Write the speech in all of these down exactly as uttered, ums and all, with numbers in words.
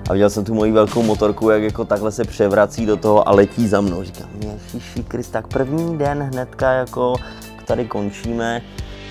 A viděl jsem tu moji velkou motorku, jak jako takhle se převrací do toho a letí za mnou. Říkám, ježiši Krist, tak první den hnedka jako tady končíme.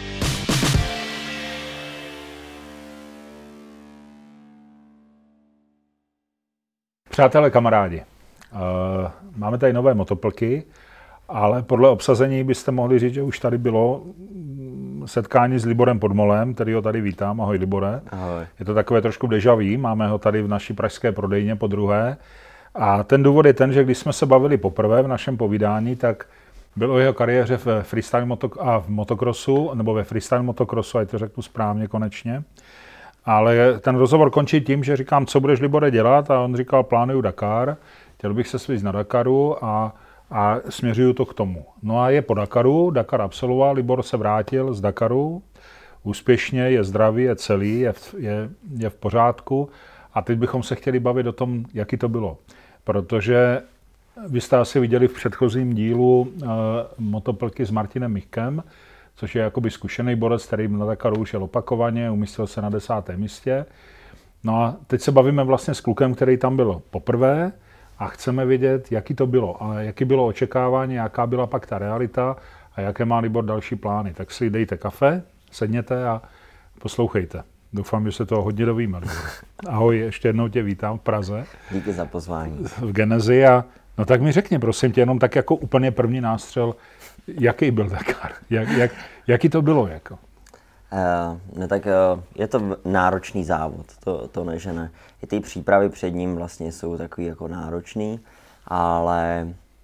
Přátelé, kamarádi, máme tady nové motoplky, ale podle obsazení byste mohli říct, že už tady bylo setkání s Liborem Podmolem, který ho tady vítám. Ahoj, Libore. Ahoj. Je to takové trošku déjà vu, máme ho tady v naší pražské prodejně po druhé. A ten důvod je ten, že když jsme se bavili poprvé v našem povídání, tak bylo o jeho kariéře v freestyle moto- a v motokrosu, nebo ve freestyle motokrosu, ať to řeknu správně konečně. Ale ten rozhovor končí tím, že říkám, co budeš, Libore, dělat? A on říkal, plánuju Dakar, chtěl bych se svízt na Dakaru a, a směřuju to k tomu. No a je po Dakaru, Dakar absolvoval, Libor se vrátil z Dakaru, úspěšně, je zdravý, je celý, je v, je, je v pořádku. A teď bychom se chtěli bavit o tom, jaký to bylo. Protože vy jste asi viděli v předchozím dílu uh, motoplky s Martinem Michkem, což je jakoby zkušený borec, který na Dakaru už jel opakovaně, umístil se na desátém místě. No a teď se bavíme vlastně s klukem, který tam byl poprvé a chceme vědět, jaký to bylo a jaký bylo očekávání, jaká byla pak ta realita a jaké má Libor další plány. Tak si dejte kafe, sedněte a poslouchejte. Doufám, že se toho hodně dovíme. Ahoj, ještě jednou tě vítám v Praze. Díky za pozvání. V Genezi a no tak mi řekni, prosím tě, jenom tak jako úplně první nástřel, jaký byl Dakar? Jak, jak, jaký to bylo? Jako? Uh, no tak uh, je to náročný závod, to, to ne, že ne. I ty přípravy před ním vlastně jsou takový jako náročný, ale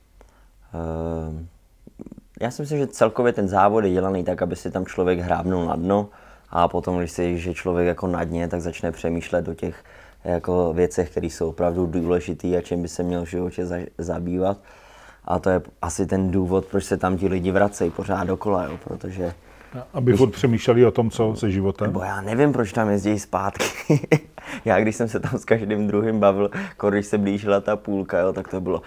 uh, já si myslím, že celkově ten závod je dělaný tak, aby si tam člověk hrábnul na dno a potom, když si, že člověk jako na dně, tak začne přemýšlet o těch jako věcech, které jsou opravdu důležité a čím by se měl v životě za, zabývat. A to je asi ten důvod, proč se tam ti lidi vracejí pořád dokola, jo, protože... Aby furt přemýšleli o tom, co se životem? Bo já nevím, proč tam jezdí zpátky. Já když jsem se tam s každým druhým bavil, když se blížila ta půlka, jo, tak to bylo...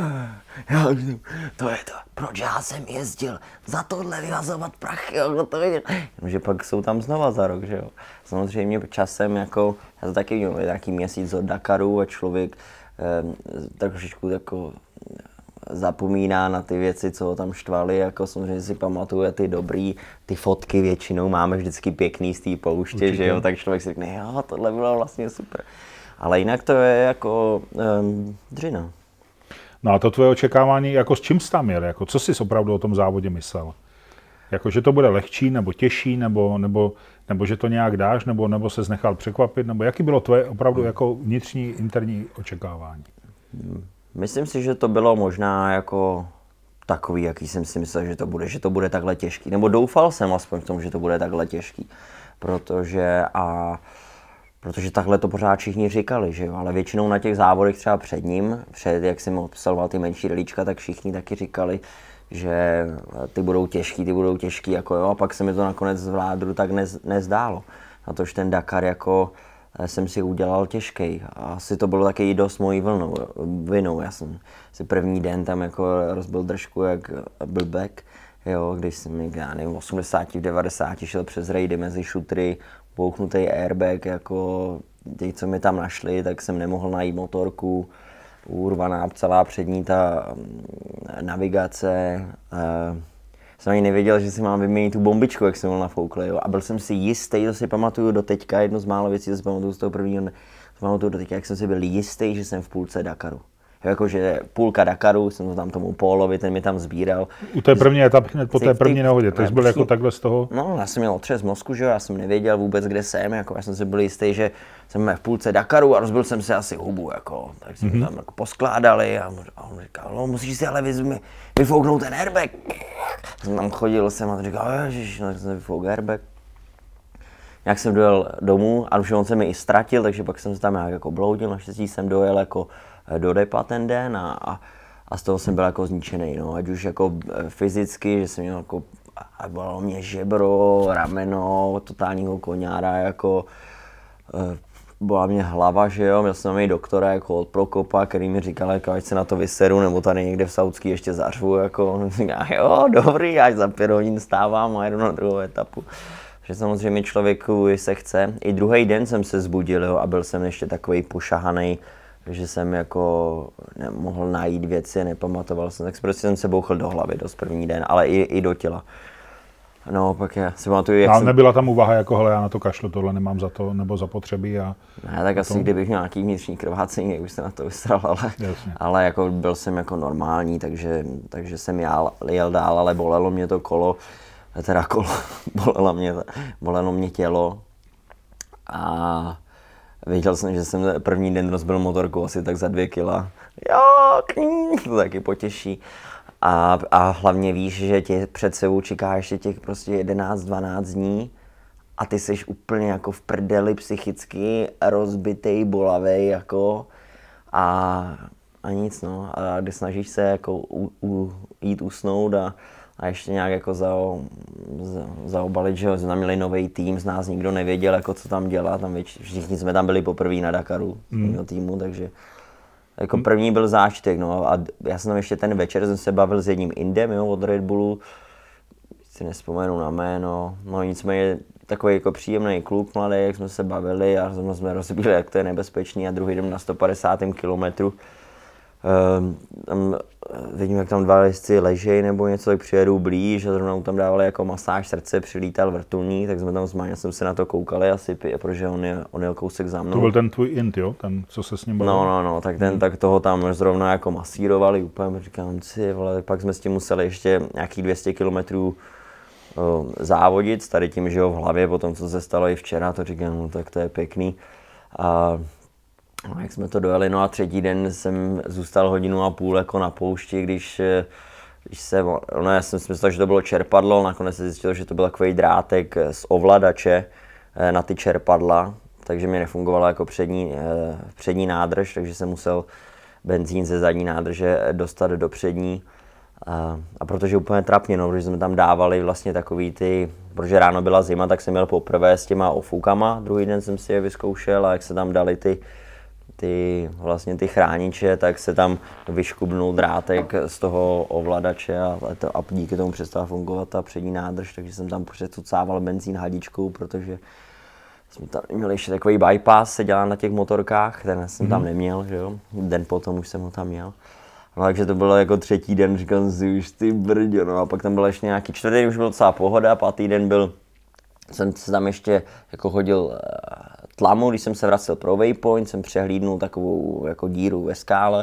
Já, to je to, proč já jsem jezdil za tohle vyhazovat prachy, jo, to je... Že pak jsou tam znova za rok, že jo. Samozřejmě časem, jako... Já to taky vidím, je taky měsíc od Dakaru a člověk eh, trošičku jako... zapomíná na ty věci, co ho tam štvaly, jako samozřejmě si pamatuje ty dobrý, ty fotky většinou máme vždycky pěkný z té pouště, určitě, že jo, tak člověk si řekne, jo, tohle bylo vlastně super. Ale jinak to je jako um, dřina. No a to tvoje očekávání, jako s čím jsi tam jel, jako co jsi opravdu o tom závodě myslel? Jako, že to bude lehčí, nebo těžší, nebo, nebo, nebo že to nějak dáš, nebo, nebo se nechal překvapit, nebo jaký bylo tvoje opravdu jako vnitřní, interní očekávání? Hmm. Myslím si, že to bylo možná jako takový, jaký jsem si myslel, že to bude, že to bude takhle těžký. Nebo doufal jsem aspoň v tom, že to bude takhle těžký. Protože, a, protože takhle to pořád všichni říkali, že jo. Ale většinou na těch závodech třeba před ním, před jak jsem obsaloval ty menší relíčka, tak všichni taky říkali, že ty budou těžký, ty budou těžký, jako jo. A pak se mi to nakonec v Ládru tak nez, nezdálo. Na to, že ten Dakar jako... jsem si udělal těžkej. Asi to bylo taky i dost mojí vlnou, vinou. Já jsem si první den tam jako rozbil držku jak blbek, jo, když jsem, já nevím, v osmdesáti, v devadesáti šel přes rejdy mezi šutry, bouchnutý airbag, jako těch, co mi tam našli, tak jsem nemohl najít motorku, urvaná celá přední ta navigace. Jsem ani nevěděl, že si mám vyměnit tu bombičku, jak jsem byl nafouklý, jo. A byl jsem si jistý, to si pamatuju do teďka, jedno z málo věcí, to si pamatuju z toho prvního dne, to pamatuju do teďka, jak jsem si byl jistý, že jsem v půlce Dakaru. Jakože půlka Dakaru, jsem to tam tomu Pólovi, ten mi tam sbíral. U té první etapy, hned po té první nehodě, takže byl jako takhle z toho? No, já jsem měl otřes mozku, že jo, já jsem nevěděl vůbec, kde jsem, jako já jsem si byl jistý, že jsem v půlce Dakaru a rozbil jsem si asi hubu, jako, tak jsme mm-hmm. tam jako poskládali a on říkal, no, musíš si ale vyzmi, vyfouknout ten airbag. Jsem tam chodil jsem a říkal, ježiš, no, tak jsem vyfouk airbag. Nějak jsem dojel domů a už on se mi i ztratil, takže pak jsem se tam nějak jako bloudil, naštěstí jsem dojel jako do depa ten den a, a, a z toho jsem byl jako zničený, no, ať už jako fyzicky, že jsem měl jako, a bylo mě žebro, rameno, totálního koňára, jako, byla mě hlava, že jo, měl jsem tam i doktora jako od Prokopa, který mi říkal, jako, ať se na to vyseru, nebo tady někde v Saudský ještě zařvu, jako, on říká, jo, dobrý, až za pět hodin stávám a jedu na druhou etapu. že samozřejmě člověku se chce. I druhý den jsem se zbudil, jo, a byl jsem ještě takový pošahaný, že jsem jako nemohl najít věci, nepamatoval jsem, tak prostě jsem se bouchl do hlavy dost první den, ale i, i do těla. No, pak já si pamatuju, jak Ale jsem... nebyla tam úvaha jako, hele, já na to kašlu, tohle nemám za to, nebo zapotřebí a... Ne, tak asi kdybych měl nějaký vnitřní krvácení, už se na to vystral, ale, ale jako byl jsem jako normální, takže, takže jsem jel, jel dál, ale bolelo mě to kolo, teda kolo, bolelo mě, bolelo mě tělo a věděl jsem, že jsem první den rozbil motorku asi tak za dvě kila. Jo, kní, to taky potěší. A, a hlavně víš, že tě před sebou čeká ještě těch prostě jedenáct dvanáct dní a ty jsi úplně jako v prdeli psychicky rozbitej, bolavej jako a, a nic no. A když snažíš se jako u, u, jít usnout a, a ještě nějak jako za, za, zaobalit, že jsme tam měli nový tým, z nás nikdo nevěděl, jako co tam dělá, tam věč, všichni jsme tam byli poprvé na Dakaru mm. týmu, takže jako první byl zážitek, no a já jsem tam ještě ten večer jsem se bavil s jedním Indem, jo, od Red Bullu, si nespomenu na jméno, no nicméně takový jako příjemný kluk mladý, jak jsme se bavili a jsme rozbíli, jak to je nebezpečný a druhý den na sto padesátém kilometru. Um, tam, vidím, jak tam dva jezdci ležejí nebo něco, tak přijedou blíž a zrovna tam dávali jako masáž srdce, přilítal vrtulník, tak jsme tam s Máňou jsem se na to koukali asi, protože on, je, on jel kousek za mnou. To byl ten tvůj int, jo? Ten, co se s ním bavil? No, no, no, tak, ten, hmm. tak toho tam zrovna jako masírovali úplně, říkám si, vole, tak pak jsme s tím museli ještě nějakých dvě stě kilometrů závodit, tady tím, že jo, v hlavě, potom co se stalo i včera, to říkám, no tak to je pěkný. A no, jak jsme to dojeli, no a třetí den jsem zůstal hodinu a půl jako na poušti, když, když se, no já jsem si myslel, že to bylo čerpadlo, nakonec se zjistilo, že to byl takový drátek z ovladače na ty čerpadla, takže mi nefungovala jako přední, přední nádrž, takže jsem musel benzín ze zadní nádrže dostat do přední. A, a protože úplně trapně, no, protože jsme tam dávali vlastně takový ty, protože ráno byla zima, tak jsem měl poprvé s těma ofukama, druhý den jsem si je vyzkoušel a jak se tam dali ty ty vlastně ty chrániče, tak se tam vyškubnul drátek z toho ovladače a, a díky tomu přestala fungovat ta přední nádrž, takže jsem tam přecucával benzín hadičkou, protože jsme tam měli ještě takový bypass, se dělá na těch motorkách, ten jsem mm. tam neměl, že jo, den potom už jsem ho tam měl. No, takže to bylo jako třetí den, říkám si už ty brďo, no a pak tam byl ještě nějaký čtvrtý den, už byl docela pohoda, pátý den byl, jsem se tam ještě jako chodil tlamu, když jsem se vracel pro waypoint, jsem přehlídnul takovou jako díru ve skále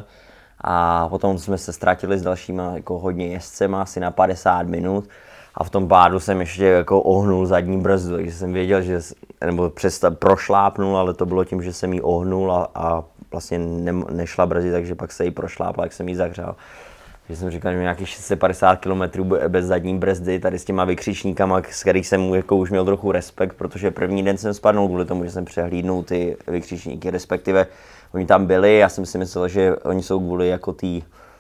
a potom jsme se ztratili s dalšíma jako hodně jezdcema, asi na padesát minut a v tom pádu jsem ještě jako ohnul zadní brzdu, takže jsem věděl, že, nebo přesta, prošlápnul, ale to bylo tím, že jsem ji ohnul a, a vlastně ne, nešla brzdit, takže pak se jí prošlápla, jak jsem ji zahřál. Takže jsem říkal, že nějakých šest set padesát kilometrů bez zadní brzdy, tady s těma vykřičníkama, s kterých jsem jako už měl trochu respekt, protože první den jsem spadnul kvůli tomu, že jsem přehlídnul ty vykřičníky, respektive oni tam byli, já jsem si myslel, že oni jsou kvůli jako tý,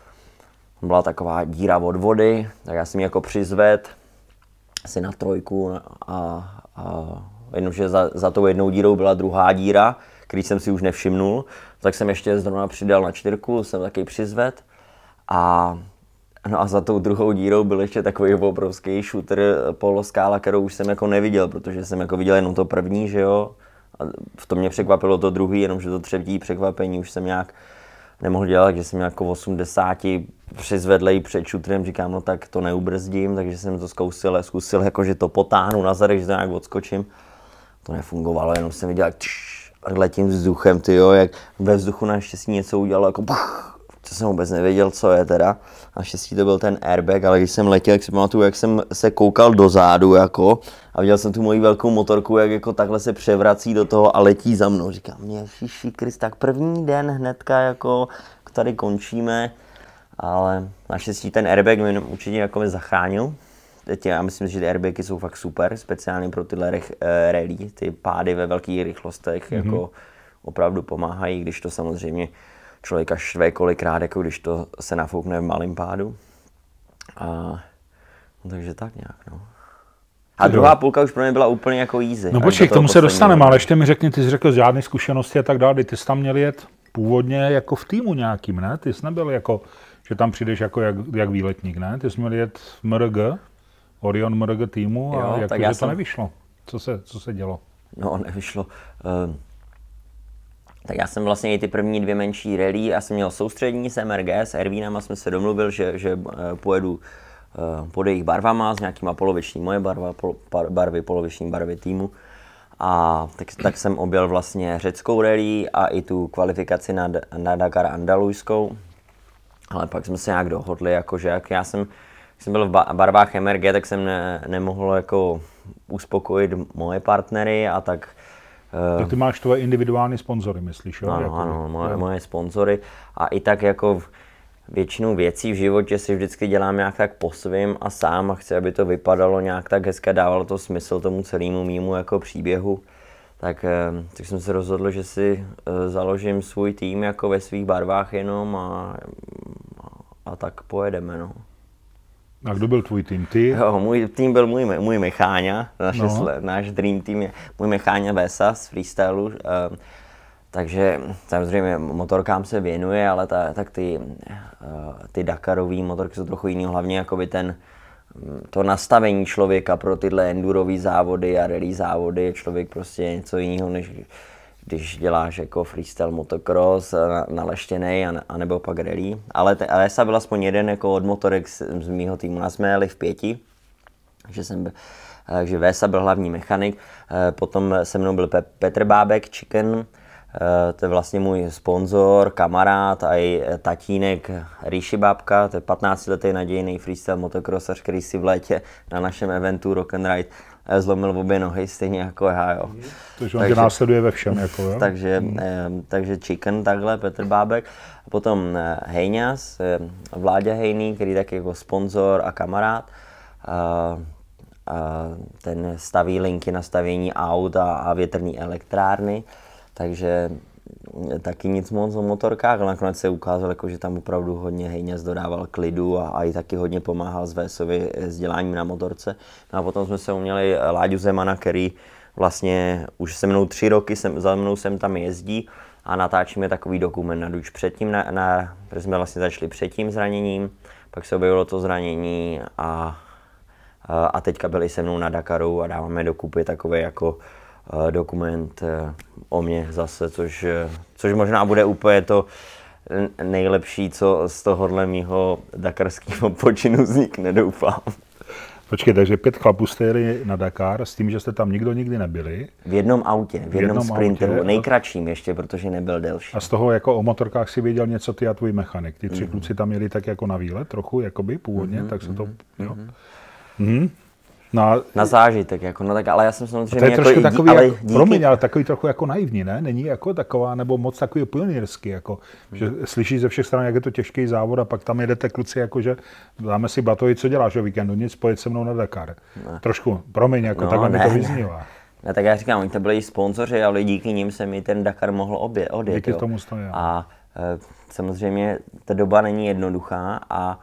byla taková díra od vody, tak já jsem ji jako přizved asi na trojku a, a jenomže za, za tou jednou dírou byla druhá díra, když jsem si už nevšimnul, tak jsem ještě zrovna přidal na čtyřku, jsem taky přizved. A, no a za tou druhou dírou byl ještě takový obrovský shooter poloskála, kterou už jsem jako neviděl, protože jsem jako viděl jenom to první, že jo. A v tom mě překvapilo to druhý, jenomže to třetí překvapení už jsem nějak nemohl dělat, takže jsem jako v osmdesáti přizvedlej před shooterem, říkám, no tak to neubrzdím, takže jsem to zkusil, zkusil jako, že to potáhnu na zadek, že to nějak odskočím. To nefungovalo, jenom jsem viděl, jak tš, letím vzduchem, tyjo, jak ve vzduchu naštěstí něco udělalo, jako buch, co jsem vůbec nevěděl, co je teda. Naštěstí to byl ten airbag, ale když jsem letěl, jak si pamatuju, jak jsem se koukal dozadu, jako, a viděl jsem tu moji velkou motorku, jak jako takhle se převrací do toho a letí za mnou. Říkám, ježiši Krist, tak první den hnedka jako tady končíme, ale naštěstí ten airbag mě určitě jako mě zachránil. Teď já myslím, že ty airbagy jsou fakt super, speciálně pro tyhle uh, rally, ty pády ve velkých rychlostech, mm-hmm. jako opravdu pomáhají, když to samozřejmě člověka štve kolikrát, jako když to se nafoukne v malém pádu. A, no, takže tak nějak, no. A druhá půlka už pro mě byla úplně jako easy. No počkej, k tomu se dostaneme, ale ještě mi řekni, ty jsi řekl žádné zkušenosti a tak dále, ty jsi tam měl jet původně jako v týmu nějakým, ne? Ty jsi nebyl jako, že tam přijdeš jako jak, jak výletník, ne? Ty jsi měl jet v M R G, Orion M R G týmu a jo, jak to, že to nevyšlo? Co se, co se dělo? No, nevyšlo. Um, tak já jsem vlastně i ty první dvě menší rally, já jsem měl soustředění s M R G, s Ervínama jsme se domluvil, že, že pojedu uh, pod jejich barvama, s nějakýma poloviční moje barva, pol, barvy, poloviční barvy týmu. A tak, tak jsem objel vlastně řeckou rally a i tu kvalifikaci na, na Dakar andalujskou. Ale pak jsme se nějak dohodli, jakože jak já jsem, jsem byl v barvách M R G, tak jsem ne, nemohl jako uspokojit moje partnery a tak... Tak ty máš tvoje individuální sponzory, myslíš, jo? Ano, jako, ano, moje, moje sponzory a i tak jako většinu věcí v životě si vždycky dělám nějak tak po svým a sám a chci, aby to vypadalo nějak tak hezké, dávalo to smysl tomu celému mýmu jako příběhu. Tak, tak jsem se rozhodl, že si založím svůj tým jako ve svých barvách jenom a, a, a tak pojedeme, no. A kdo byl tvůj tým? Ty? Jo, můj tým byl můj, můj Mecháňa, naše, no. náš dream tým je můj Mecháňa Vesa z freestylu. Uh, takže samozřejmě motorkám se věnuje, ale ta, tak ty, uh, ty Dakarový motorky jsou trochu jiný, hlavně jakoby ten, to nastavení člověka pro tyhle endurový závody a rally závody je člověk prostě něco jiného, než když děláš jako freestyle motocross na, naleštěnej, anebo pak rally. Ale Vesa byl aspoň jeden jako od motorek z, z mýho týmu. Nás jsme jeli v pěti, že jsem, takže Vesa byl hlavní mechanik. Potom se mnou byl Pe- Petr Bábek, Chicken, to je vlastně můj sponzor, kamarád a i tatínek Ríši Bábka, to je patnáctiletý nadějný freestyle motocrossař, který si v létě na našem eventu Rock and Ride zlomil v obě nohy, stejně jako já, jo. Takže on tě následuje ve všem, jako jo? Takže, hmm. eh, takže Chicken takhle, Petr Bábek. A potom eh, Hejňas, eh, Vláďa Hejný, který taky jako sponzor a kamarád. Uh, uh, ten staví linky na stavění aut a, a větrné elektrárny. Takže taky nic moc o motorkách, ale nakonec se ukázalo, jako, že tam opravdu hodně Hejňas dodával klidu a, a i taky hodně pomáhal s Vésovi s děláním na motorce. No a potom jsme se uměli Láďu Zemana, který vlastně už se mnou tři roky, jsem, za mnou sem tam jezdí a natáčíme takový dokument. Už předtím, na, na, protože jsme vlastně začali před tím zraněním, pak se objevilo to zranění a, a, a teďka byli se mnou na Dakaru a dáváme dokupy takový jako dokument o mě zase, což, což možná bude úplně to nejlepší, co z tohohle mýho dakarského počinu vznikne, doufám. Počkej, takže pět chlapů jste jeli na Dakar s tím, že jste tam nikdo nikdy nebyli. V jednom autě, v jednom, v jednom sprinteru, autě, nejkratším ještě, protože nebyl delší. A z toho jako o motorkách si věděl něco ty a tvůj mechanik. Ty tři mm-hmm. kluci tam jeli tak jako na výlet trochu, jakoby původně, mm-hmm. tak se to, jo. Mm-hmm. Mm-hmm. No, na zážitek, jako, no tak, ale já jsem samozřejmě to je jako trošku i, takový, ale jako, díky... promiň, ale takový trochu jako naivní, ne? Není jako taková, nebo moc takový pionýrský, jako, hmm. že slyšíš ze všech stran, jak je to těžký závod a pak tam jedete kluci, jako, že dáme si batohy, co děláš o víkendu, nic, pojď se mnou na Dakar. Ne. Trošku, promiň, jako no, takhle ne, mi to vyznívá. Ne. ne, tak já říkám, oni to byli sponzoři, ale díky nim se mi ten Dakar mohl obě, odjet. Díky jo. tomu stojí. A e, samozřejmě ta doba není jednoduchá a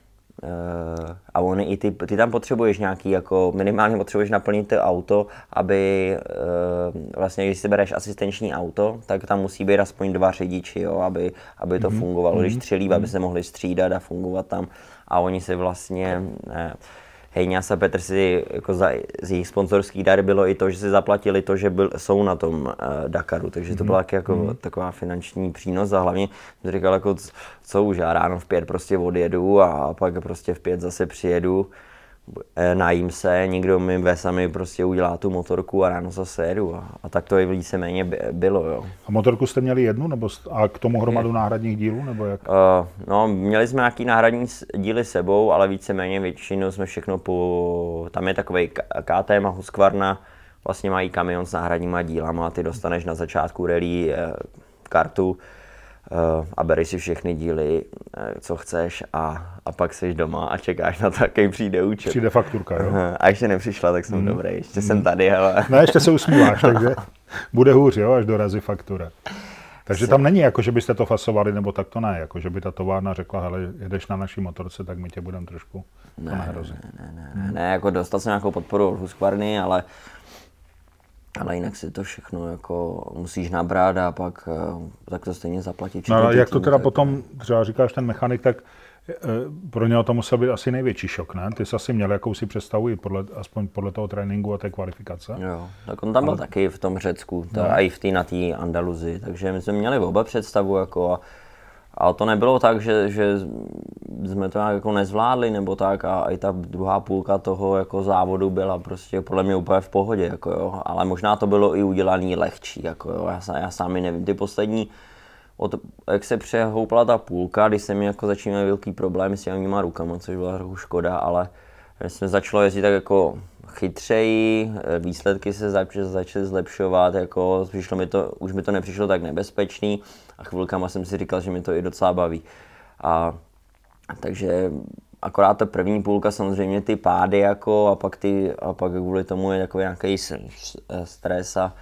Uh, a oni i ty, ty tam potřebuješ nějaký, jako minimálně potřebuješ naplnit to auto, aby uh, vlastně, když si bereš asistenční auto, tak tam musí být aspoň dva řidiči, jo, aby, aby to mm-hmm. fungovalo, když tři líp, aby se mohli střídat a fungovat tam. A oni si vlastně, ne, Hejňas a Petr si, jako za, z jejich sponzorský dar bylo i to, že si zaplatili to, že byl, jsou na tom uh, Dakaru, takže to byla mm-hmm. jako mm-hmm. taková finanční přínos a hlavně jsem říkal, jako, co už, já ráno v pět prostě odjedu a pak prostě v pět zase přijedu, najím se, někdo mi ve sami prostě udělá tu motorku a ráno zase jedu a, a tak to i víceméně bylo, jo. A motorku jste měli jednu nebo a k tomu hromadu náhradních dílů, nebo jak? Uh, no, měli jsme nějaký náhradní díly sebou, ale víceméně většinou jsme všechno po, tam je takovej K T M a Husqvarna, vlastně mají kamion s náhradníma dílama, ty dostaneš na začátku rally eh, kartu, Uh, a bereš si všechny díly, uh, co chceš a, a pak jsi doma a čekáš na to, jaký přijde účet. Přijde fakturka, jo? Uh, a ještě nepřišla, tak jsem mm. dobrý, ještě mm. jsem tady, ale... No ještě se usmíváš, takže bude hůř, jo, až dorazí faktura. Takže tam není jako, že byste to fasovali, nebo tak to ne, jako že by ta továrna řekla, hele, jedeš na naší motorce, tak my tě budeme trošku, ne, to nehrozí. Ne, ne, ne, ne, ne, jako dostal jsem nějakou podporu od Husqvarny, ale Ale jinak si to všechno jako musíš nabrat a pak tak to stejně zaplatit. No ale jak to teda tak... potom, třeba říkáš ten mechanik, tak Pro něho to musel být asi největší šok, ne? Ty jsi asi měl jakousi představu, i podle, aspoň podle toho tréninku a té kvalifikace. Jo, tak on tam byl Ale... taky v tom Řecku, to, no. A i v té na té Andaluzii, takže my jsme měli oba představu, jako a, a to nebylo tak, že, že jsme to jako nezvládli, nebo tak, a i ta druhá půlka toho jako závodu byla prostě podle mě úplně v pohodě, jako jo, ale možná to bylo i udělaný lehčí, jako jo, já, já sám nevím, ty poslední Od, jak se přehoupla ta půlka, když jsem jako začínal velký problém s těma rukama, což byla trochu škoda, ale jsme začalo jezdit tak jako chytřeji, výsledky se zač, začaly zlepšovat, jako přišlo mi to, už mi to nepřišlo tak nebezpečný a chvilkama jsem si říkal, že mi to i docela baví. A, takže akorát ta první půlka samozřejmě ty pády jako a pak, ty, a pak kvůli tomu je takový nějaký stres a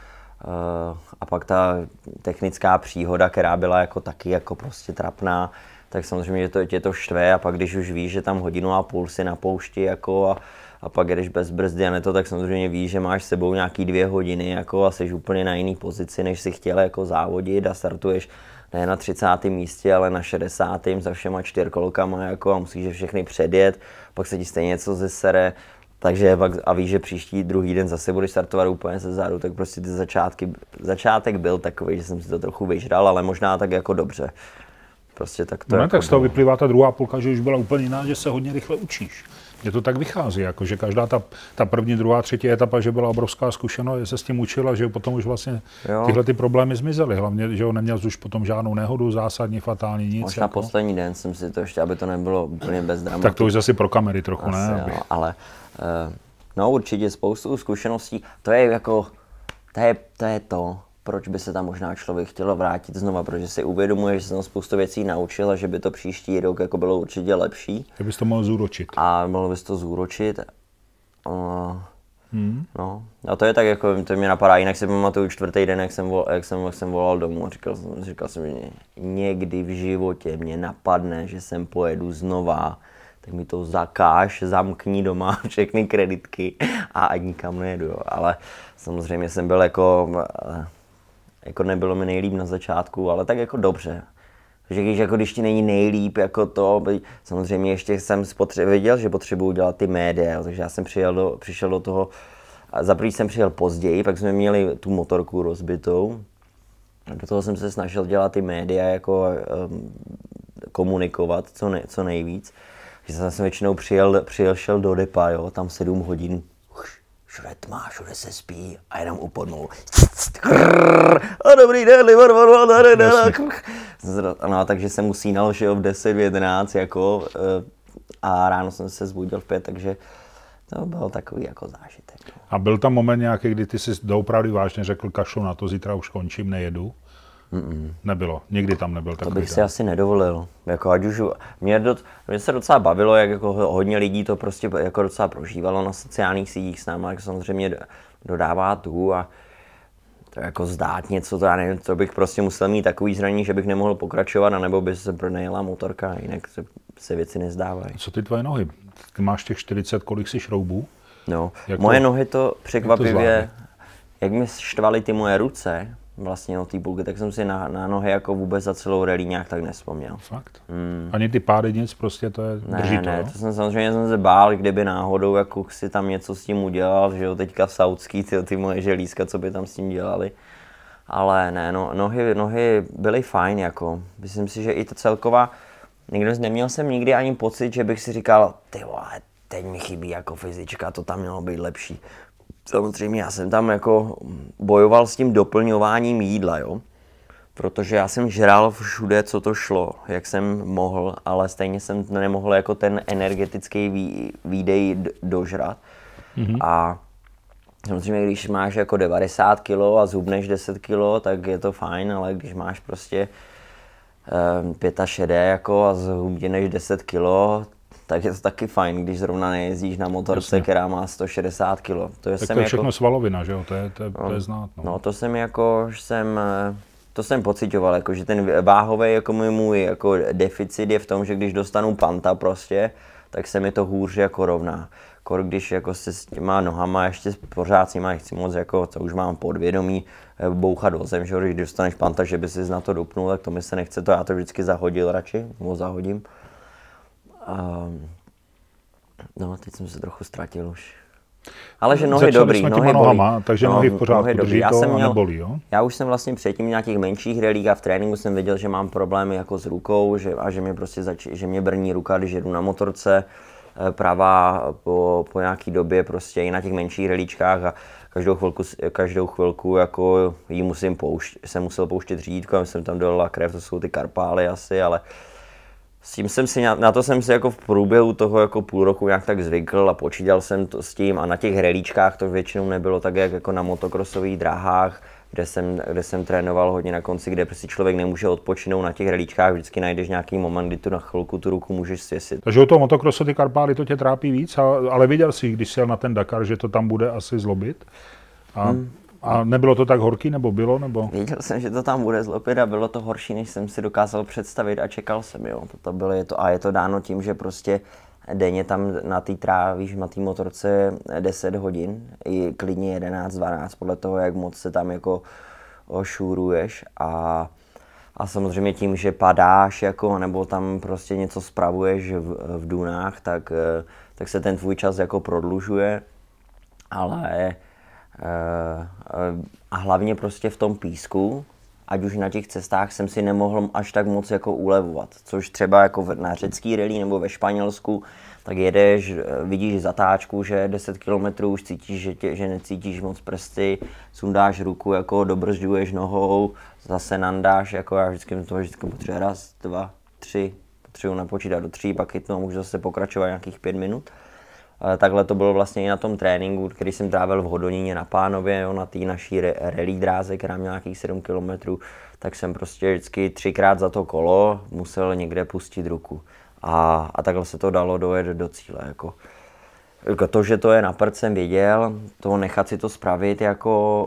a pak ta technická příhoda, která byla jako taky jako prostě trapná, tak samozřejmě to, tě to štve a pak když už víš, že tam hodinu a půl si na poušti jako a, a pak jdeš bez brzdy a ne to, tak samozřejmě víš, že máš s sebou nějaký dvě hodiny jako a jsi úplně na jiný pozici, než si chtěl jako závodit a startuješ ne na třicátém místě, ale na šedesátém za všema čtyřkolkama jako a musíš je všechny předjet, pak se ti stejně něco zesere. Takže pak, a víš, že příští druhý den zase budeš startovat úplně ze zádu, tak prostě ty začátky, začátek byl takový, že jsem si to trochu vyžral, ale možná tak jako dobře. Prostě tak to no, jako tak z toho vyplývá ta druhá půlka, že už byla úplně jiná, že se hodně rychle učíš. Mně to tak vychází, jako, že každá ta, ta první, druhá, třetí etapa, že byla obrovská zkušenost, že se s tím učila, že potom už vlastně jo. tyhle ty problémy zmizely. Hlavně, že ho neměl už potom žádnou nehodu, zásadní, fatální, nic. Možná jako. Poslední den jsem si to ještě, aby to nebylo úplně bez dramatu. Tak to už zase pro kamery trochu, Asi, ne? Jo, ale uh, no určitě spoustu zkušeností. To je jako, to je to, je to proč by se tam možná člověk chtěl vrátit znova, protože si uvědomuje, že se tam spoustu věcí naučil a že by to příští rok jako bylo určitě lepší. Že bys to mohl zúročit. A mohl bys to zúročit. Uh, hmm. No, a to je tak, jako to mě napadá, jinak si pamatuju čtvrtý den, jak jsem, vol, jak jsem, jak jsem volal domů a říkal jsem, říkal jsem, že někdy v životě mě napadne, že sem pojedu znova, tak mi to zakáž, zamkni doma všechny kreditky a ať nikam nejedu, jo. Ale samozřejmě jsem byl jako, jako nebylo mi nejlíp na začátku, ale tak jako dobře. Že když, jako když ti není nejlíp, jako to, samozřejmě ještě jsem spotře- věděl, že potřebuju dělat ty média, takže já jsem přijel do, přišel do toho, za první jsem přijel později, pak jsme měli tu motorku rozbitou, do toho jsem se snažil dělat ty média, jako um, komunikovat co, ne, co nejvíc. Že jsem většinou přijel, přijel šel do depa, jo, tam sedm hodin, všude tma, všude se spí a jenom upodnul. A dobrý den, Liverpool, no, takže jsem usínal, že jo, v deset, v jedenáct, jako, a ráno jsem se zbudil v pět, takže to byl takový jako zážitek. A byl tam moment nějaký, kdy ty jsi doopravdy vážně řekl, kašlu na to, zítra už končím, nejedu? Mm-mm. Nebylo, nikdy tam nebyl takový. To bych si den. asi nedovolil. Jako, ať už, mě, do, mě se docela bavilo, jak jako hodně lidí to prostě jako docela prožívalo na sociálních sítích s námi, jak samozřejmě dodává tu a to jako zdát něco, to já nevím, to bych prostě musel mít takový zranění, že bych nemohl pokračovat, anebo by se pronajela motorka, jinak se, se věci nezdávají. Co ty tvoje nohy? Ty máš těch čtyřicet, kolik si šroubů? No, jak moje to, nohy to překvapivě, jak, to jak mi štvaly ty moje ruce, vlastně od té půlky, tak jsem si na, na nohy jako vůbec za celou rally nějak tak nespomněl. Fakt? Mm. Ani ty pády nic, prostě to je, ne, drží to, ne, jo? to jsem samozřejmě jsem se bál, kdyby náhodou jako si tam něco s tím udělal, že jo, teďka v saudský, ty, ty moje želízka, co by tam s tím dělali. Ale ne, no, nohy, nohy byly fajn, jako, myslím si, že i to celková, nikdo, neměl jsem nikdy ani pocit, že bych si říkal, ty vole, teď mi chybí jako fyzička, to tam mělo být lepší. Samozřejmě já jsem tam jako bojoval s tím doplňováním jídla, jo. Protože já jsem žral všude, co to šlo, jak jsem mohl, ale stejně jsem nemohl jako ten energetický vý, výdej dožrat. Mm-hmm. A samozřejmě, když máš jako devadesát kilo a zhubneš deset kilo, tak je to fajn, ale když máš prostě um, šedesát pět jako a zhubneš deset kilo, tak je to taky fajn, když zrovna nejezdíš na motorce, Jasně. která má sto šedesát kilo. To je, tak jsem to je jako, všechno svalovina, že jo? To je, to je, no, to je znát. No. no to jsem jako, jsem, to jsem pocitoval, jako, že ten váhový jako můj, můj jako deficit je v tom, že když dostanu panta prostě, tak se mi to hůř jako rovná. Kor, když jako se s těma nohama ještě pořád s nima nechci moc, jako, co už mám podvědomí, bouchat o zem, že když dostaneš panta, že by si na to dupnul, tak to mi se nechce, to já to vždycky zahodil radši, nebo zahodím. Um, no, teď jsem se trochu ztratil už. Ale že nohy Začali dobrý, jsme nohy těma bolí. nohama, takže no, nohy v pořádku, nohy drží já to jsem a měl, nebolí, jo? Já už jsem vlastně předtím v nějakých menších relích a v tréninku jsem věděl, že mám problémy jako s rukou že, a že mě prostě zač, že mě brní ruka, když jedu na motorce. Pravá po, po nějaký době prostě i na těch menších relíčkách a každou chvilku, každou chvilku jako jí musím pouštět, jsem musel pouštět řídítko, a jsem tam dolila krev, to jsou ty karpály asi, ale s tím jsem si, na to jsem si jako v průběhu toho jako půl roku nějak tak zvykl a počítal jsem to s tím a na těch relíčkách to většinou nebylo tak, jak jako na motokrosových dráhách, kde jsem, kde jsem trénoval hodně na konci, kde prostě člověk nemůže odpočinout na těch relíčkách, vždycky najdeš nějaký moment, kdy tu na chvilku tu ruku můžeš svěsit. Takže u toho motokrosu ty karpály to tě trápí víc, ale viděl jsi, když jel na ten Dakar, že to tam bude asi zlobit? A, hmm. a nebylo to tak horký, nebo bylo? Nebo? Věděl jsem, že to tam bude zlobit a bylo to horší, než jsem si dokázal představit a čekal jsem, jo. To bylo, je to, a je to dáno tím, že prostě denně tam na té trávíš na té motorce deset hodin, i klidně jedenáct, dvanáct, podle toho, jak moc se tam jako šůruješ a, a samozřejmě tím, že padáš jako, nebo tam prostě něco spravuješ v, v dunách, tak, tak se ten tvůj čas jako prodlužuje, ale a hlavně prostě v tom písku, ať už na těch cestách jsem si nemohl až tak moc jako ulevovat, což třeba jako na řecký rally nebo ve Španělsku, tak jedeš, vidíš zatáčku, že deset kilometrů už cítíš, že, tě, že necítíš moc prsty, sundáš ruku, jako dobrzďuješ nohou, zase nandáš, jako já vždycky to vždycky potřebuji raz, dva, tři, potřebuji napočítat do tří, pak chytnu a můžu zase pokračovat nějakých pět minut. Takhle to bylo vlastně i na tom tréninku, který jsem trávil v Hodoníně na Pánově, jo, na té naší rally dráze, která měla nějakých sedm kilometrů, tak jsem prostě vždycky třikrát za to kolo musel někde pustit ruku. A, a takhle se to dalo dojet do cíle. Jako. To, že to je na prd, jsem věděl, to nechat si to spravit jako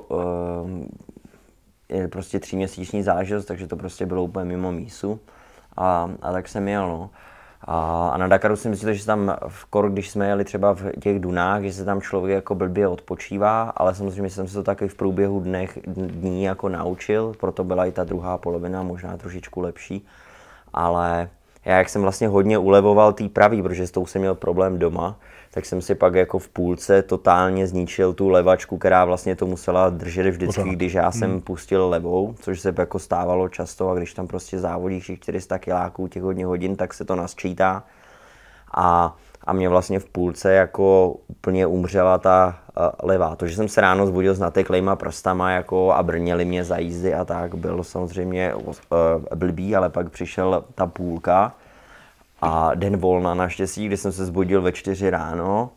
je prostě tříměsíční záležitost, takže to prostě bylo úplně mimo mísu. A, a tak jsem jel, no. A, a na Dakaru si myslím, že tam v kor, když jsme jeli třeba v těch dunách, že se tam člověk jako blbě odpočívá, ale samozřejmě jsem se to taky v průběhu dnech, dní jako naučil, proto byla i ta druhá polovina možná trošičku lepší. Ale já jak jsem vlastně hodně ulevoval tý pravý, protože s tou jsem měl problém doma, tak jsem si pak jako v půlce totálně zničil tu levačku, která vlastně to musela držet vždycky, když já jsem hmm. pustil levou, což se jako stávalo často a když tam prostě závodíš čtyři sta kiláků těch hodně hodin, tak se to nasčítá. A, a mě vlastně v půlce jako úplně umřela ta uh, levá. To, že jsem se ráno zbudil s nateklejma prstama jako a brněli mě za jízdy a tak, bylo samozřejmě uh, blbý, ale pak přišel ta půlka. A den volna naštěstí, kdy jsem se zbudil ve čtyři ráno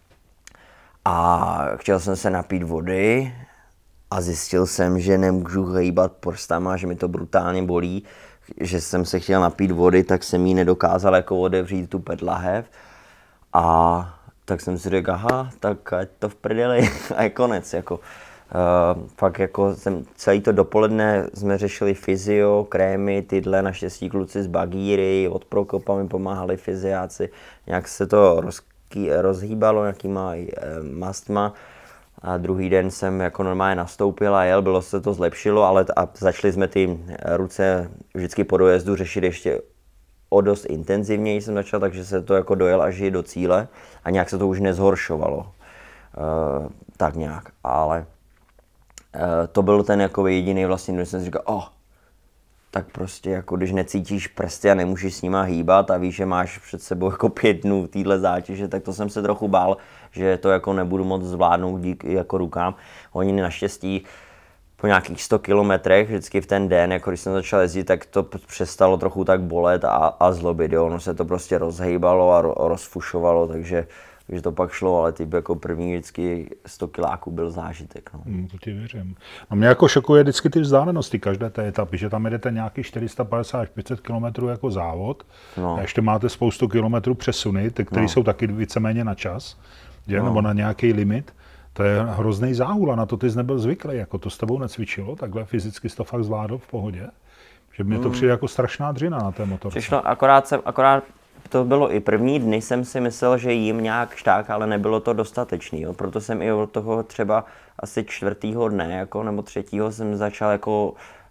a chtěl jsem se napít vody a zjistil jsem, že nemůžu hejbat prstama, že mi to brutálně bolí, že jsem se chtěl napít vody, tak jsem jí nedokázal jako otevřít tu pedlahev a tak jsem si řekl, aha, tak ať to v prdeli a je konec. Jako. Uh, fakt jako jsem, celý to dopoledne jsme řešili fyzio, krémy, tyhle, naštěstí kluci z Bagíry, od Prokopa mi pomáhali fyziáci, nějak se to rozký, rozhýbalo nějakýma uh, mastma a druhý den jsem jako normálně nastoupil a jel, bylo se to zlepšilo, ale t- a začali jsme ty ruce vždycky po dojezdu řešit ještě o dost intenzivněji jsem začal, takže se to jako dojel až do cíle a nějak se to už nezhoršovalo, uh, tak nějak, ale to byl ten jako jediný vlastně, když jsem si říkal, oh, tak prostě jako když necítíš prsty a nemůžeš s nima hýbat a víš, že máš před sebou jako pět dnů týhle zátěže, tak to jsem se trochu bál, že to jako nebudu moc zvládnout díky jako rukám. Oni naštěstí po nějakých sto kilometrech, vždycky v ten den, jako když jsem začal jezdit, tak to přestalo trochu tak bolet a, a zlobit, jo. Ono se to prostě rozhejbalo a ro, rozfušovalo, takže takže to pak šlo, ale typ jako první vždycky sto kiláků byl zážitek. No. Hmm, to ti věřím. No mě jako šokuje vždycky ty vzdálenosti každé té etapy, že tam jedete nějaký čtyři sta padesát až pět set kilometrů jako závod no. A ještě máte spoustu kilometrů přesuny, ty, které no. jsou taky víceméně na čas, že? No. Nebo na nějaký limit. To je hrozný záhul a na to ty jsi nebyl zvyklý, jako to s tebou necvičilo, takhle fyzicky jsi to fakt zvládl v pohodě. Že mě to přijde jako strašná dřina na té motorce. Přišlo, akorát jsem, akorát to bylo i první dny, jsem si myslel, že jím nějak šták, ale nebylo to dostatečný, jo. Proto jsem i od toho třeba asi čtvrtýho dne, jako, nebo třetího jsem začal jako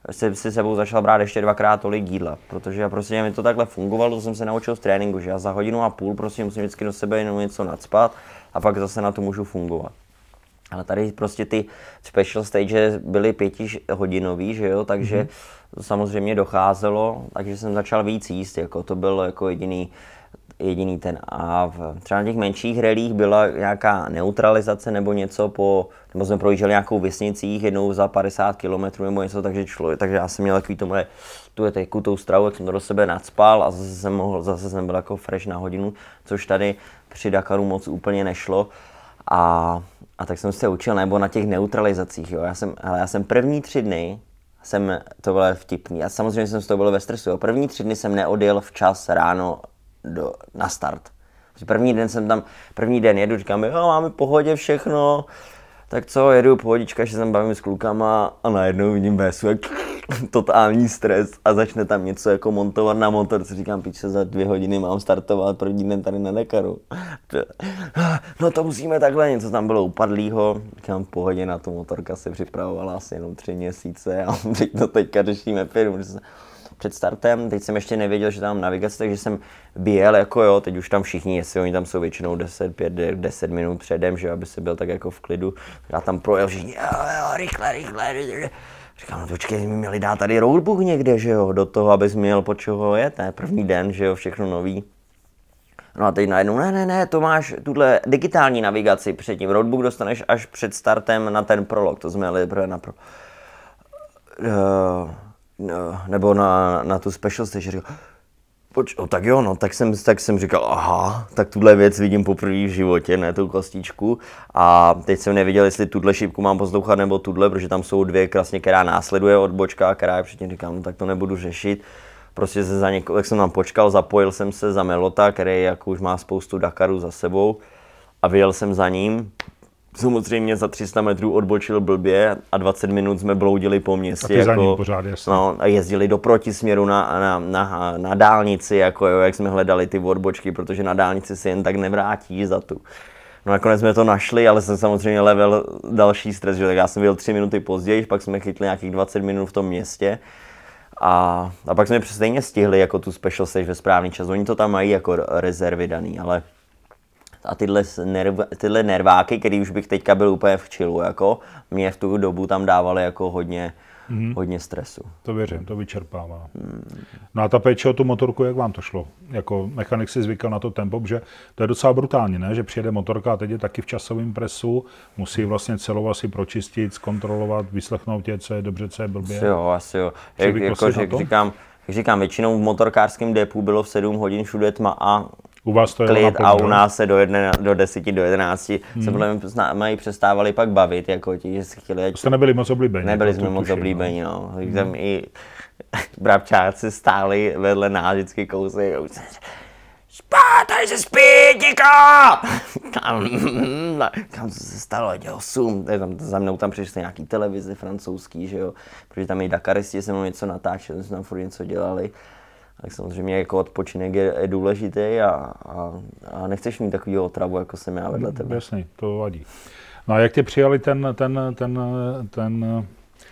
si, si sebou začal brát ještě dvakrát tolik jídla, protože prostě mi to takhle fungovalo, to jsem se naučil v tréninku, že já za hodinu a půl prostě musím vždycky do sebe jenom něco nacpat a pak zase na to můžu fungovat. Ale tady prostě ty special stage byly pětihodinový, že jo, takže mm-hmm. to samozřejmě docházelo, takže jsem začal víc jíst, jako to byl jako jediný, jediný ten. A v, třeba na těch menších relích byla nějaká neutralizace nebo něco po, nebo jsme projížděli nějakou vesnicích jednou za padesát kilometrů nebo něco, takže člověk, takže já jsem měl takový tomu, tu je teď tou stravu, jak jsem to do sebe nacpal a zase jsem mohl, zase jsem byl jako fresh na hodinu, což tady při Dakaru moc úplně nešlo. A, a tak jsem se učil, nebo na těch neutralizacích, jo. Já jsem, hele, já jsem první tři dny, jsem, to bylo vtipný, a samozřejmě jsem z toho byl ve stresu, jo. První tři dny jsem neodjel včas ráno do, na start. První den jsem tam, první den jedu, říkám, jo, máme pohodě všechno, tak co, jedu pohodička, že se tam bavím s klukama a najednou vidím Bésu, jak totální stres a začne tam něco jako montovat na motorce. Říkám, píče, za dvě hodiny mám startovat první den tady na Dakaru. No to musíme takhle, něco tam bylo upadlýho. Říkám, v pohodě, na tu motorka se připravovala asi jenom tři měsíce a teď to teďka řešíme firmu. Před startem, teď jsem ještě nevěděl, že tam mám navigaci, takže jsem běl jako jo, teď už tam všichni, jestli oni tam jsou většinou deset, pět, deset minut předem, že aby se byl tak jako v klidu. Já tam projel všichni, jo, jo, rychle, rychle, rychle. Říkám, no počkej, mi měli dát tady roadbook někde, že jo, do toho, abys měl po čeho jet, ne, první den, že jo, všechno nový. No a teď najednou, ne, ne, ne, to máš tuhle digitální navigaci předtím, roadbook dostaneš až před startem na ten prolog, to jsme jeli prvé na pro... Uh, no, nebo na, na tu special stage, říkal, poč, o, tak jo, no, tak jsem, tak jsem říkal, aha, tak tuhle věc vidím poprvé v životě, ne tu kostičku. A teď jsem nevěděl, jestli tuhle šipku mám poslouchat nebo tuhle, protože tam jsou dvě krásně, která následuje odbočka, která je předtím, říkám, no tak to nebudu řešit. Prostě se za někoho, jak jsem tam počkal, zapojil jsem se za Melota, který jako už má spoustu Dakarů za sebou a vyjel jsem za ním. Samozřejmě za tři sta metrů odbočil blbě a dvacet minut jsme bloudili po městě. A ty jako, za ním pořád, jasně. No, a jezdili do protisměru na, na, na, na dálnici, jako jo, jak jsme hledali ty odbočky, protože na dálnici si jen tak nevrátíš za tu. No nakonec jsme to našli, ale jsem samozřejmě level další stres, že tak já jsem byl tři minuty později, pak jsme chytli nějakých dvacet minut v tom městě. A, a pak jsme stejně stihli jako tu special stage ve správný čas. Oni to tam mají jako rezervy daný, ale a tyhle, nerv, tyhle nerváky, který už bych teďka byl úplně v chillu, jako mě v tu dobu tam dávaly jako hodně, mm. hodně stresu. To věřím, to vyčerpává. Mm. No a ta péče o tu motorku, jak vám to šlo? Jako mechanik si zvykal na to tempo, že to je docela brutální, ne? Že přijede motorka a teď je taky v časovém presu, musí vlastně celou asi pročistit, zkontrolovat, vyslechnout tě, co je dobře, co je blbě. Asi jo, asi jo. Jak, jako, že, říkám, jak říkám, většinou v motorkářském depu bylo v sedm hodin všude tma a u vás to je klid a u nás se do, jedne, do deseti, do jedenácti hmm. se podle mě mají přestávali pak bavit, jako ti, že si chtěli... Jste nebyli moc oblíbení. Nebyli jsme moc oblíbení, no. no. Hmm. I brabčáci stáli vedle nás vždycky kousek. Spát, tady se spí, díko! Kam, kam se stalo, dělal osm, tam, za mnou tam přišli nějaký televize francouzský, že jo, protože tam i Dakaristi se mnou něco natáčeli, jsme tam furt něco dělali. Tak samozřejmě jako odpočinek je, je důležitý a, a, a nechceš mít takovýho otravu, jako jsem já vedle tebe. Jasný, to vadí. No a jak tě přijali ten, ten, ten, ten,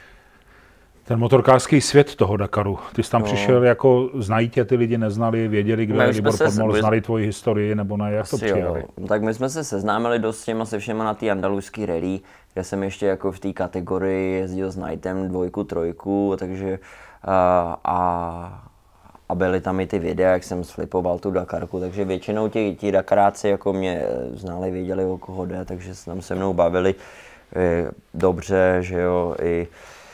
ten motorkářský svět toho Dakaru? Ty jsi tam no. přišel jako, znají tě ty lidi, neznali, věděli, kdo je Libor Podmol, znali tvoji historii, nebo ne, jak to přijali? Jo. Tak my jsme se seznámili dost s těma se všema na té andaluské rally, kde jsem ještě jako v té kategorii jezdil s Knightem dvojku, trojku, takže a, a A byly tam i ty videa, jak jsem slipoval tu Dakarku, takže většinou ti, ti Dakaráci jako mě znali, věděli, o koho jde, takže se tam se mnou bavili e, dobře, že jo, i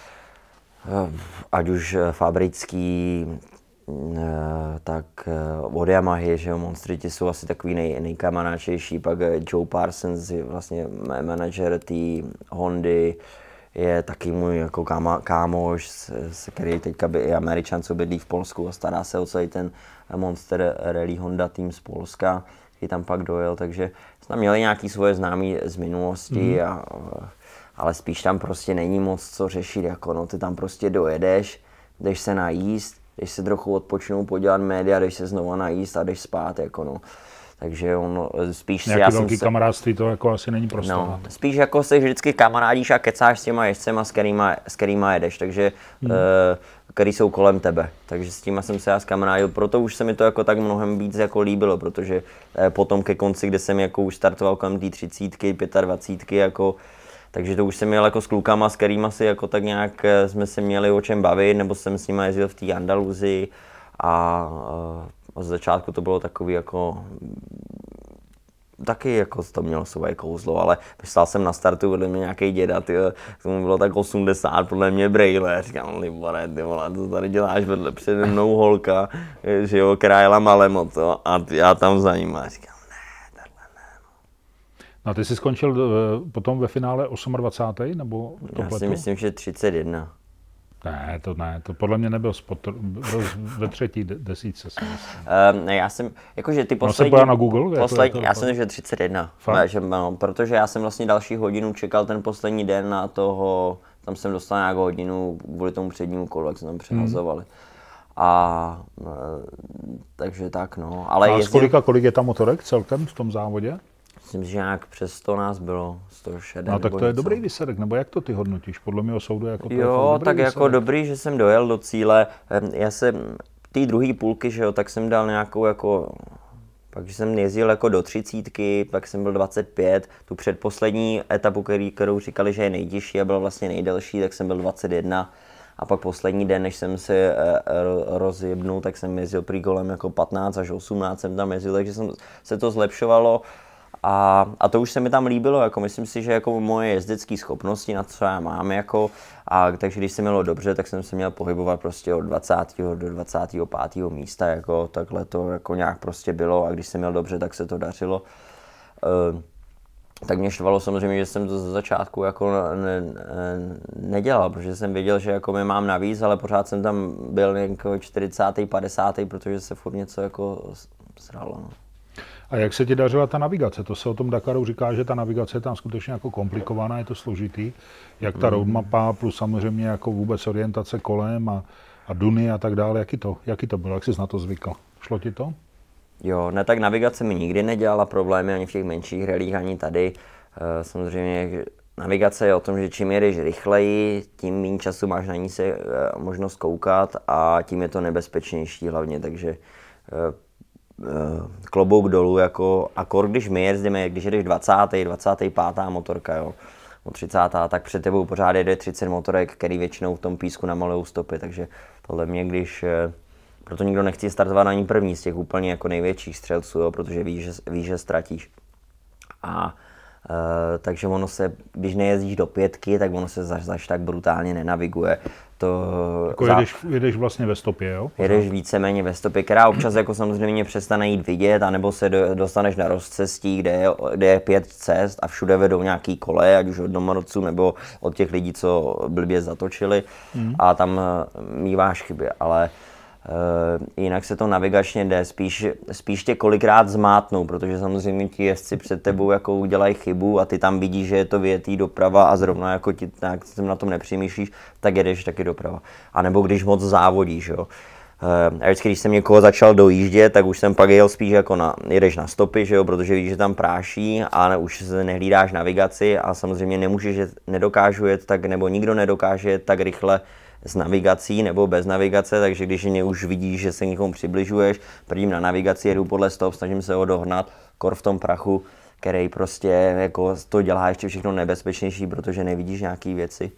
ať už Fabrický, e, tak od Yamahy, že jo, Monstry, ti jsou asi takový nej, nejkamaráčejší, pak Joe Parsons, vlastně manažer té Hondy, je taky můj jako káma, kámoš, s který teďka by i Američan, co bydlí v Polsku a stará se o celý ten Monster Rally Honda tým z Polska, který tam pak dojel, takže jsme měli nějaký svoje známí z minulosti, mm. a, ale spíš tam prostě není moc co řešit, jako no, ty tam prostě dojedeš, jdeš se najíst, jdeš se trochu odpočinout, podělat média, jdeš se znova najíst a jdeš spát, jako no. takže on spíš si... Nějaký já velký jsem se, kamarádství to jako asi není prostor. No, spíš jako se vždycky kamarádíš a kecáš s těma ježcema, s kterýma, s kterýma jedeš, takže, hmm. uh, který jsou kolem tebe. Takže s tím jsem se já zkamarádil, proto už se mi to jako tak mnohem víc jako líbilo, protože uh, potom ke konci, kde jsem jako už startoval kolem té třicítky, pětadvacítky, jako, takže to už jsem měl jako s klukama, s kterýma si jako tak nějak jsme se měli o čem bavit, nebo jsem s nimi jezdil v té Andaluzii a uh, od začátku to bylo takový jako taky jako to mělo svoje kouzlo, ale stál jsem na startu, vedle mě nějaký děda, tyjo, tomu bylo tak osmdesát, podle mě brejle, říkám, libore, ty vole, to tady děláš vedle přede mnou holka, že jo, která jela malé moto a já tam za ním a říkám, ne, takhle ne. No a ty jsi skončil potom ve finále dvacátý osmý nebo to Já pletu? si myslím, že třicet jedna. Ne, to ne, to podle mě nebyl spot, byl ve třetí desítce. Um, ne, já jsem, jakože ty poslední, no, na Google, poslední, já jsem, že třicet jedna, že, no, protože já jsem vlastně další hodinu čekal ten poslední den na toho, tam jsem dostal nějakou hodinu kvůli tomu přednímu kolu, jak jsme tam přehazovali. Hmm. A takže tak, no. Ale a jezdím, kolika, kolik je tam motorek celkem v tom závodě? Myslím, že nějak přes sto nás bylo, sto šedesát. No tak to je dobrý výsledek, nebo jak to ty hodnotíš? Podle mého soudu jako to jo, je dobrý tak výsledek. Jako dobrý, že jsem dojel do cíle. Já jsem, té druhé půlky, že jo, tak jsem dal nějakou jako, pak jsem jezdil jako do třicítky, pak jsem byl dvacet pět, tu předposlední etapu, který, kterou říkali, že je nejtěžší a byla vlastně nejdelší, tak jsem byl dvacet jedna. A pak poslední den, než jsem si rozjebnul, tak jsem jezdil prý kolem jako patnáct až osmnáct jsem tam jezdil, takže jsem, se to zlepšovalo. A, a to už se mi tam líbilo, jako myslím si, že jako moje jezdecké schopnosti, na co já mám, jako, a takže když se mělo dobře, tak jsem se měl pohybovat prostě od dvacátého do dvacátého pátého místa, jako takhle to jako nějak prostě bylo a když jsem měl dobře, tak se to dařilo. Uh, tak mě štvalo samozřejmě, že jsem to ze začátku jako ne, ne, nedělal, protože jsem věděl, že jako mě mám navíc, ale pořád jsem tam byl jako čtyřicátý, padesátý, protože se furt něco jako sralo. No. A jak se ti dařila ta navigace? To se o tom Dakaru říká, že ta navigace je tam skutečně jako komplikovaná, je to složitý. Jak ta roadmapa plus samozřejmě jako vůbec orientace kolem a, a duny a tak dále, jaký to, jaký to bylo, jak jsi na to zvykl? Šlo ti to? Jo, ne, tak navigace mi nikdy nedělala problémy ani v těch menších rallích, ani tady. E, samozřejmě navigace je o tom, že čím jedeš rychleji, tím méně času máš na ní se e, možnost koukat a tím je to nebezpečnější hlavně, takže e, klobouk dolů, jako akor, když my jezdíme, když jedeš dvacátá, dvacátá pátá motorka, jo, třicátá, tak před tebou pořád jede třicet motorek, který většinou v tom písku namalujou stopy, takže podle mě, když, proto nikdo nechce startovat ani první z těch úplně jako největších střelců, jo, protože víš, že, víš, že ztratíš. A Uh, takže ono se, když nejezdíš do pětky, tak ono se zaž, zaž tak brutálně nenaviguje. To jako za... jedeš, jedeš vlastně ve stopě, jo? Pořád. Jedeš víceméně ve stopě, která občas jako samozřejmě přestane jít vidět, anebo se do, dostaneš na rozcestí, kde je, kde je pět cest a všude vedou nějaký kole, ať už od domorodců nebo od těch lidí, co blbě zatočili mm. a tam míváš chyby, ale Uh, jinak se to navigačně jde, spíš, spíš tě kolikrát zmátnou, protože samozřejmě ti jezdci před tebou jako udělají chybu a ty tam vidíš, že je to vyjetý doprava a zrovna jako ti tak na tom nepřemýšlíš, tak jedeš taky doprava. A nebo když moc závodíš, jo. Uh, a vždycky, když jsem někoho začal dojíždět, tak už jsem pak jel spíš jako na, jedeš na stopy, že jo, protože víš, že tam práší a ne, už se nehlídáš navigaci a samozřejmě nemůžeš jet, nedokážu jet tak, nebo nikdo nedokáže jet tak rychle s navigací nebo bez navigace, takže když mě už vidíš, že se někomu přibližuješ, prvním na navigaci, jedu podle stop, snažím se ho dohnat, kor v tom prachu, který prostě jako to dělá ještě všechno nebezpečnější, protože nevidíš nějaký věci.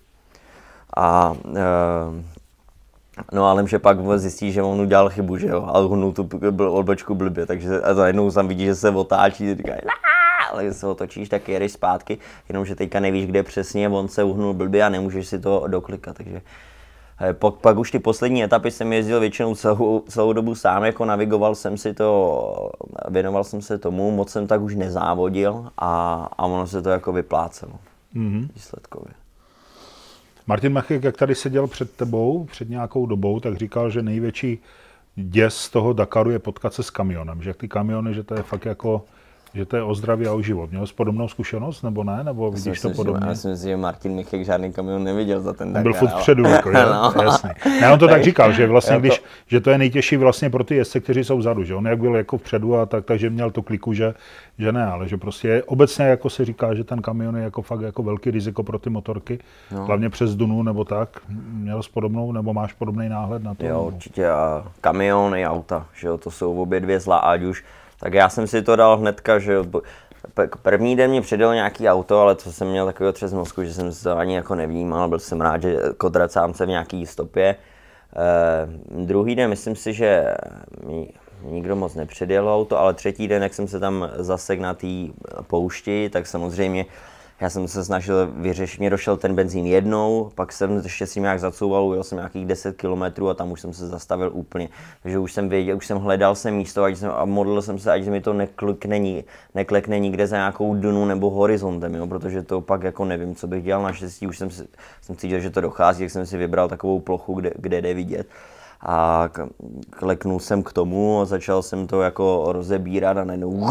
A e, no ale že pak zjistíš, že on udělal chybu, že jo, a uhnul tu odbočku blbě, takže a najednou tam vidíš, že se otáčí, říká, ale když se otočíš, tak jedeš zpátky, jenomže teďka nevíš, kde přesně, on se uhnul blbě a nemůžeš si to doklikat, takže Pak, pak už ty poslední etapy jsem jezdil většinou celou, celou dobu sám, jako navigoval jsem si to, věnoval jsem se tomu, moc jsem tak už nezávodil a, a ono se to jako vyplácelo mm-hmm. výsledkově. Martin Machek, jak tady seděl před tebou, před nějakou dobou, tak říkal, že největší děs z toho Dakaru je potkat se s kamionem, že ty kamiony, že to je fakt jako Že to je o zdraví a o život. Měl jsi podobnou zkušenost, nebo ne? Nebo vidíš myslím, to podobně? Já si myslím, že Martin Michek žádný kamion neviděl za ten Dakar. Byl furt vpředu, jako, je? No. Jasný. Ne, on to tak říkal, že vlastně, když, to... že to je nejtěžší vlastně pro ty jezdce, kteří jsou vzadu, že on jak byl jako vpředu a tak, takže měl tu kliku, že, že ne, ale že prostě je, obecně jako se říká, že ten kamion je jako fakt jako velký riziko pro ty motorky, no. Hlavně přes Dunu nebo tak. Měl jsi podobnou, nebo máš podobný náhled na to? Jo, nebo? určitě a kamiony, auta, že jo, to jsou obě dvě zla, ať už, tak já jsem si to dal hnedka, že jo, první den mě předjel nějaký auto, ale to jsem měl takového třes mozku, že jsem to ani jako nevnímal, byl jsem rád, že kotracám se v nějaký stopě. Eh, druhý den myslím si, že mi nikdo moc nepředjel auto, ale třetí den, jak jsem se tam zasek na té poušti, tak samozřejmě já jsem se snažil vyřešit, mě došel ten benzín jednou, pak jsem ještě si nějak zacouval, ujel jsem nějakých deset kilometrů a tam už jsem se zastavil úplně. Takže už jsem věděl, už jsem hledal se místo ať jsem, a modlil jsem se, ať mi to neklekne, neklekne nikde za nějakou dunu nebo horizontem, jo, protože to pak jako nevím, co bych dělal. Naštěstí už jsem, si, jsem cítil, že to dochází, tak jsem si vybral takovou plochu, kde, kde jde vidět. A kleknul jsem k tomu a začal jsem to jako rozebírat a najednou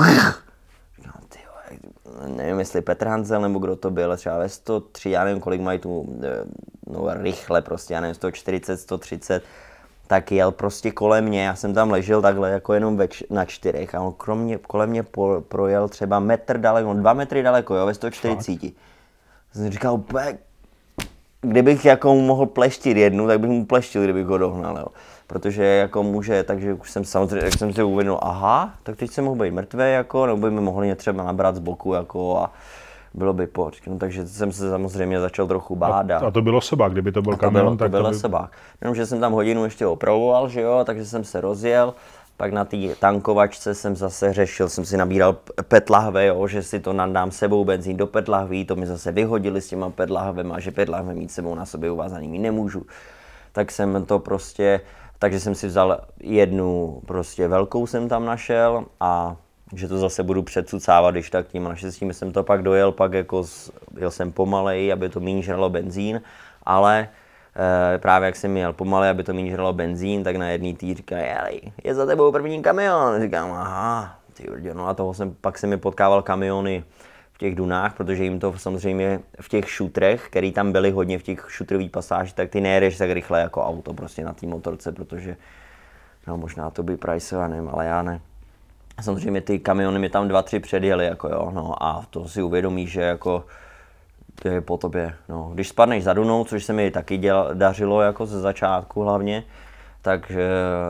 nevím, jestli Petr Hanzel nebo kdo to byl, třeba ve sto tři, já nevím, kolik mají tu, no rychle prostě, já nevím, sto čtyřicet, sto třicet, tak jel prostě kolem mě, já jsem tam ležel takhle jako jenom več, na čtyřech a on kromě, kolem mě po, projel třeba metr daleko, no dva metry daleko, jo, ve sto čtyřicet. Jsem říkal úplně, kdybych jako mu mohl pleštit jednu, tak bych mu pleštil, kdybych ho dohnal, jo. Protože jako může, takže už jsem samozřejmě, jak jsem si uvědomil, aha, tak teď jsem mohl být mrtvý, jako, nebo by mi mohli mě třeba nabrat z boku, jako, a bylo by pojď. No, takže jsem se samozřejmě začal trochu bát. A, a to bylo sebák, kdyby to byl kamion, tak to bylo to by... sebák. Jenomže jsem tam hodinu ještě opravoval, že jo, takže jsem se rozjel. Pak na té tankovačce jsem zase řešil, jsem si nabíral pet lahve, jo, že si to nadám sebou benzín do pet lahví, to mi zase vyhodili s těma pet lahvema, že pet lahve mít sebou na sobě uvázanými nemůžu. Tak jsem to prostě, takže jsem si vzal jednu prostě velkou jsem tam našel a že to zase budu předsucávat, když tak tím, naštěstí jsem to pak dojel, pak jako jel jsem pomalej, aby to méně žralo benzín, ale e, právě jak jsem jel pomalej, aby to méně žralo benzín, tak na jedný tý říká, jelej, je za tebou první kamion, říkám, aha, ty brdě, no a toho jsem, pak jsem mi potkával kamiony v těch dunách, protože jim to samozřejmě v těch šutrech, který tam byly hodně v těch šutrových pasážích, tak ty nejedeš tak rychle jako auto prostě na té motorce, protože no možná to by Price, já nevím, ale já ne. Samozřejmě ty kamiony mi tam dva, tři předjeli, jako jo, no a to si uvědomíš, že jako to je po tobě, no. Když spadneš za Dunou, což se mi taky děl, dařilo jako ze začátku hlavně, takže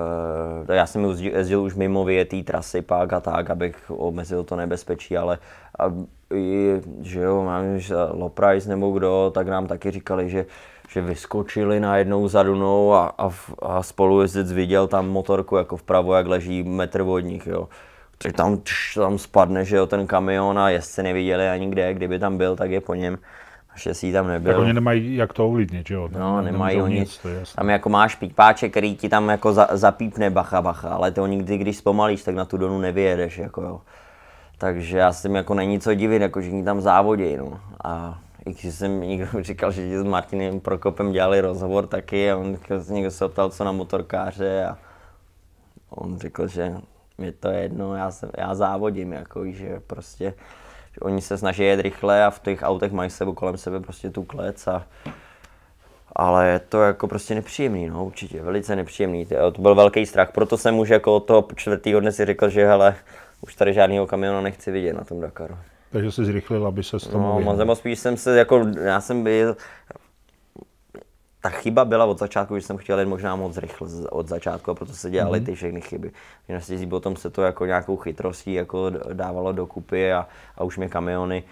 já jsem jezdil už mimo vyjetý trasy pak a tak, abych omezil to nebezpečí, ale a, že jo, mám Loprice nebo kdo, tak nám taky říkali, že že vyskočili najednou za Dunou a, a, a spolujezdec viděl tam motorku jako vpravo, jak leží metr od nich, jo. Takže tam, tš, tam spadne, že jo, ten kamion a jezdce neviděli ani kde, kdyby tam byl, tak je po něm. Naštěstí tam nebyl. Tak oni nemají jak to ovlivnit, že jo? Tam no, nemají oni, nic, tam jako máš pípáček, který ti tam jako za, zapípne bacha bacha, ale to nikdy, když zpomalíš, tak na tu Donu nevyjedeš, jako jo. Takže já s tím jako není co divit, jako že oni tam závodí, no. A i když jsem někdo říkal, že s Martinem Prokopem dělali rozhovor taky a on, někdo se optal, co na motorkáře a on řekl, že mi to je jedno, já, se, já závodím, jako, že prostě že oni se snaží jet rychle a v těch autech mají sebe kolem sebe prostě tu klec a ale je to jako prostě nepříjemný, no určitě, velice nepříjemný, to byl velký strach, proto jsem už jako od toho čtvrtýho dne si řekl, že hele, už tady žádnýho kamiona nechci vidět na tom Dakaru. Takže jsi zrychlil, aby se s tomu no, vyhnul. No, spíš jsem se jako, já jsem byl, ta chyba byla od začátku, že jsem chtěl jet možná moc rychle od začátku a proto se dělaly ty všechny chyby. Naštěstí potom se to jako nějakou chytrostí jako dávalo dokupy a, a už mě kamiony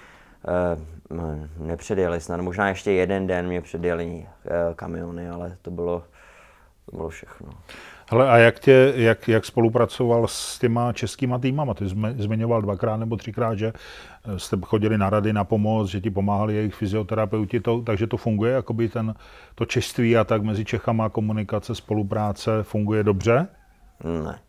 eh, nepředjeli snad. Možná ještě jeden den mě předjeli eh, kamiony, ale to bylo, to bylo všechno. Hele, a jak, tě, jak, jak spolupracoval s těma českýma týmama? Ty zmiňoval dvakrát nebo třikrát, že jste chodili na rady, na pomoc, že ti pomáhali jejich fyzioterapeuti, to, takže to funguje, jakoby ten, to češství a tak mezi Čechama, komunikace, spolupráce funguje dobře? Ne.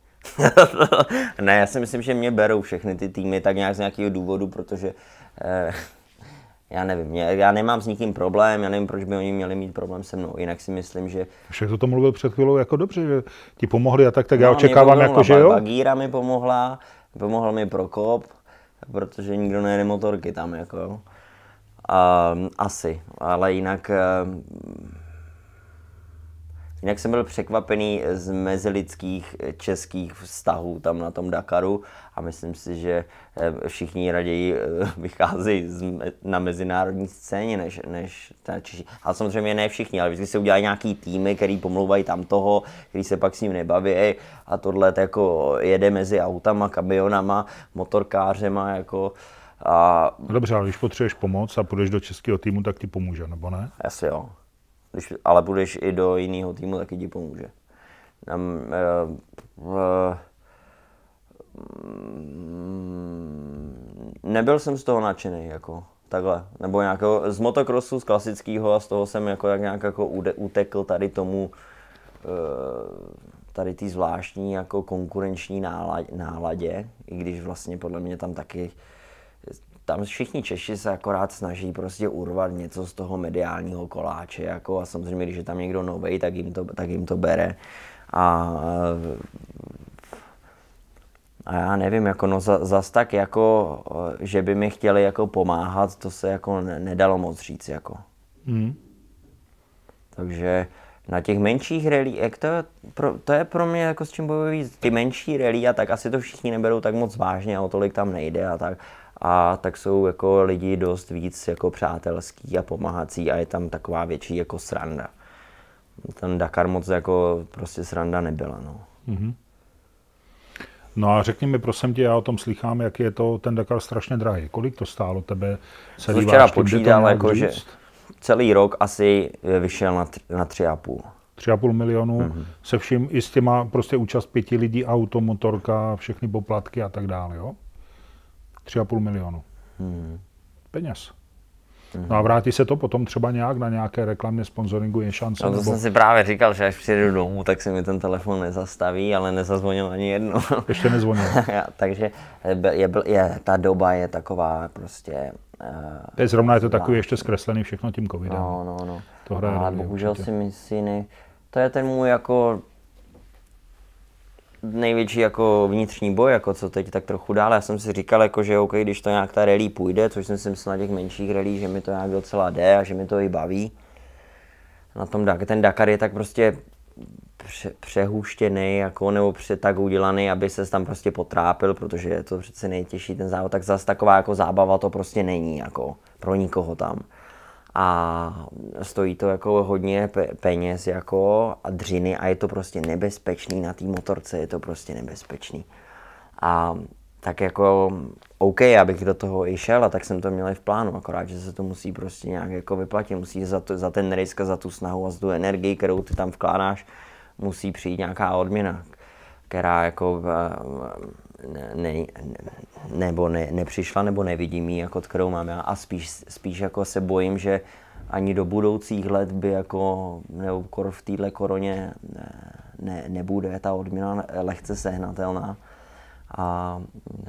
Ne, já si myslím, že mě berou všechny ty týmy tak nějak z nějakého důvodu, protože eh, já nevím, já nemám s nikým problém, já nevím, proč by oni měli mít problém se mnou, jinak si myslím, že... Však to to mluvil před chvílou jako dobře, že ti pomohli a tak, tak no, já očekávám jako, že jo? Bagíra mi pomohla, pomohl mi Prokop, protože nikdo nejede motorky tam, jako. A, asi, ale jinak, jinak jsem byl překvapený z mezilidských českých vztahů tam na tom Dakaru a myslím si, že všichni raději vycházejí na mezinárodní scéně než, než ta Češi. Ale samozřejmě ne všichni, ale vždycky se udělají nějaký týmy, který pomlouvají tam toho, který se pak s ním nebaví a tohle jako jede mezi autama, kamionama, motorkářema, jako. A... Dobře, ale když potřebuješ pomoc a půjdeš do českého týmu, tak ti pomůže, nebo ne? Asi jo. Když, ale půjdeš i do jiného týmu, taky ti pomůže. Tam, uh, uh, nebyl jsem z toho nadšený, jako takhle. Nebo nějakého, z motocrossu, z klasického a z toho jsem jako tak nějak jako utekl tady tomu, uh, tady ty zvláštní jako konkurenční náladě, i když vlastně podle mě tam taky tam všichni Češi se akorát snaží prostě urvat něco z toho mediálního koláče, jako a samozřejmě, když je tam někdo novej, tak jim to, tak jim to bere. A, a já nevím, jako no za, zas tak jako, že by mi chtěli jako pomáhat, to se jako nedalo moc říct, jako. Mm. Takže na těch menších rally, jak to, pro, to je pro mě jako s čím bojuji víc, ty menší rally a tak asi to všichni neberou tak moc vážně a o tolik tam nejde a tak. A tak jsou jako lidi dost víc jako přátelský a pomáhací a je tam taková větší jako sranda. Ten Dakar moc jako prostě sranda nebyla, no. Mm-hmm. No a řekni mi, prosím tě, já o tom slychám, jak je to ten Dakar strašně drahý. Kolik to stálo tebe? Jsem včera počítal, jako, že celý rok asi vyšel na, tři, na tři a půl. Tři a půl milionu mm-hmm. se vším, i s těma prostě účast pěti lidí, auto, motorka, všechny poplatky a tak dále, jo? Tři a půl milionu. Hmm. Peněz. Hmm. No a vrátí se to potom třeba nějak na nějaké reklamě, sponsoringu, je šance? No to nebo... jsem si právě říkal, že až přijedu domů, tak se mi ten telefon nezastaví, ale nezazvonil ani jedno. Ještě nezvonil. Takže je, je, ta doba je taková prostě... Uh, Teď zrovna je to takový ještě zkreslený všechno tím covidem. No, no, no. To hraje ale bohužel určitě. Si myslím, to je ten můj jako... největší jako vnitřní boj, jako co teď tak trochu dál. Já jsem si říkal, jako, že OK, když to nějak ta rally půjde, což jsem si myslel na těch menších rally, že mi to nějak docela jde a že mi to i baví. Na tom ten Dakar je tak prostě pře- přehuštěný, jako, nebo pře- tak udělaný, aby se tam prostě potrápil, protože je to přece nejtěžší ten závod, tak zase taková jako zábava to prostě není, jako pro nikoho tam. A stojí to jako hodně pe- peněz jako a dřiny a je to prostě nebezpečný na té motorce, je to prostě nebezpečný. A tak jako OK, abych do toho i šel a tak jsem to měl i v plánu, akorát, že se to musí prostě nějak jako vyplatit, musí za, to, za ten risk, za tu snahu a za tu energii, kterou ty tam vkládáš, musí přijít nějaká odměna, která jako ne, ne, nebo ne, nepřišla, nebo nevidím ji, jako kterou mám já a spíš, spíš jako se bojím, že ani do budoucích let by jako, nebo v téhle koroně ne, ne, nebude ta odměna lehce sehnatelná. A,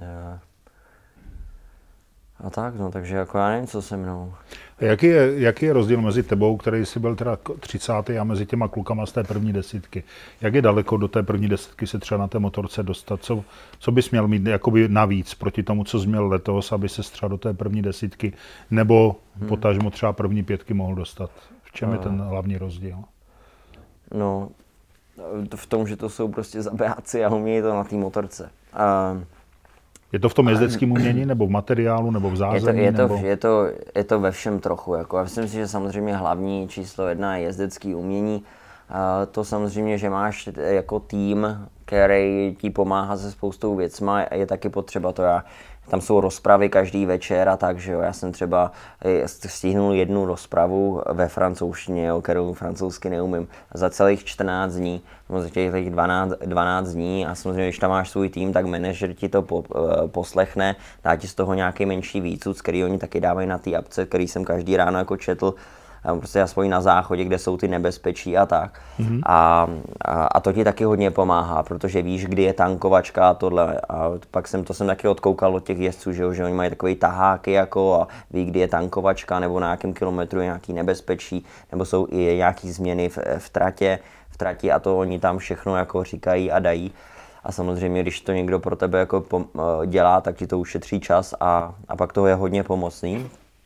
a tak, no, takže jako já nevím, co se mnou. Jaký je, jaký je rozdíl mezi tebou, který jsi byl teda třicátý a mezi těma klukama z té první desítky? Jak je daleko do té první desítky se třeba na té motorce dostat? Co, co bys měl mít jakoby navíc proti tomu, co jsi měl letos, aby se třeba do té první desítky nebo hmm. potažmo třeba první pětky mohl dostat? V čem no. je ten hlavní rozdíl? No, v tom, že to jsou prostě zabijáci a umějí to na té motorce. Uh, Je to v tom jezdeckém umění, nebo v materiálu, nebo v zázemí? Je to, je, nebo... to, je, to, je to ve všem trochu. Jako. Já myslím si, že samozřejmě hlavní číslo jedna je jezdecké umění. A to samozřejmě, že máš jako tým, který ti pomáhá se spoustou věcma, je taky potřeba to. Já, tam jsou rozpravy každý večer a tak, že jo. Já jsem třeba stihnul jednu rozpravu ve francouzštině, jo, kterou francouzsky neumím, za celých čtrnáct dní, za těch dvanáct, dvanáct dní a samozřejmě, když tam máš svůj tým, tak manažer ti to po, poslechne, dá ti z toho nějaký menší výcud, který oni taky dávají na té apce, který jsem každý ráno jako četl, prostě aspoň na záchodě, kde jsou ty nebezpečí a tak. Mm-hmm. A, a, a to ti taky hodně pomáhá, protože víš, kdy je tankovačka a tohle. A pak jsem to jsem taky odkoukal od těch jezdců, že, že oni mají takové taháky jako a ví, kdy je tankovačka nebo na nějakém kilometru je nějaký nebezpečí, nebo jsou i nějaký změny v, v tratě, v trati a to oni tam všechno jako říkají a dají. a samozřejmě, když to někdo pro tebe jako dělá, tak ti to ušetří čas a, a pak to je hodně pomocný.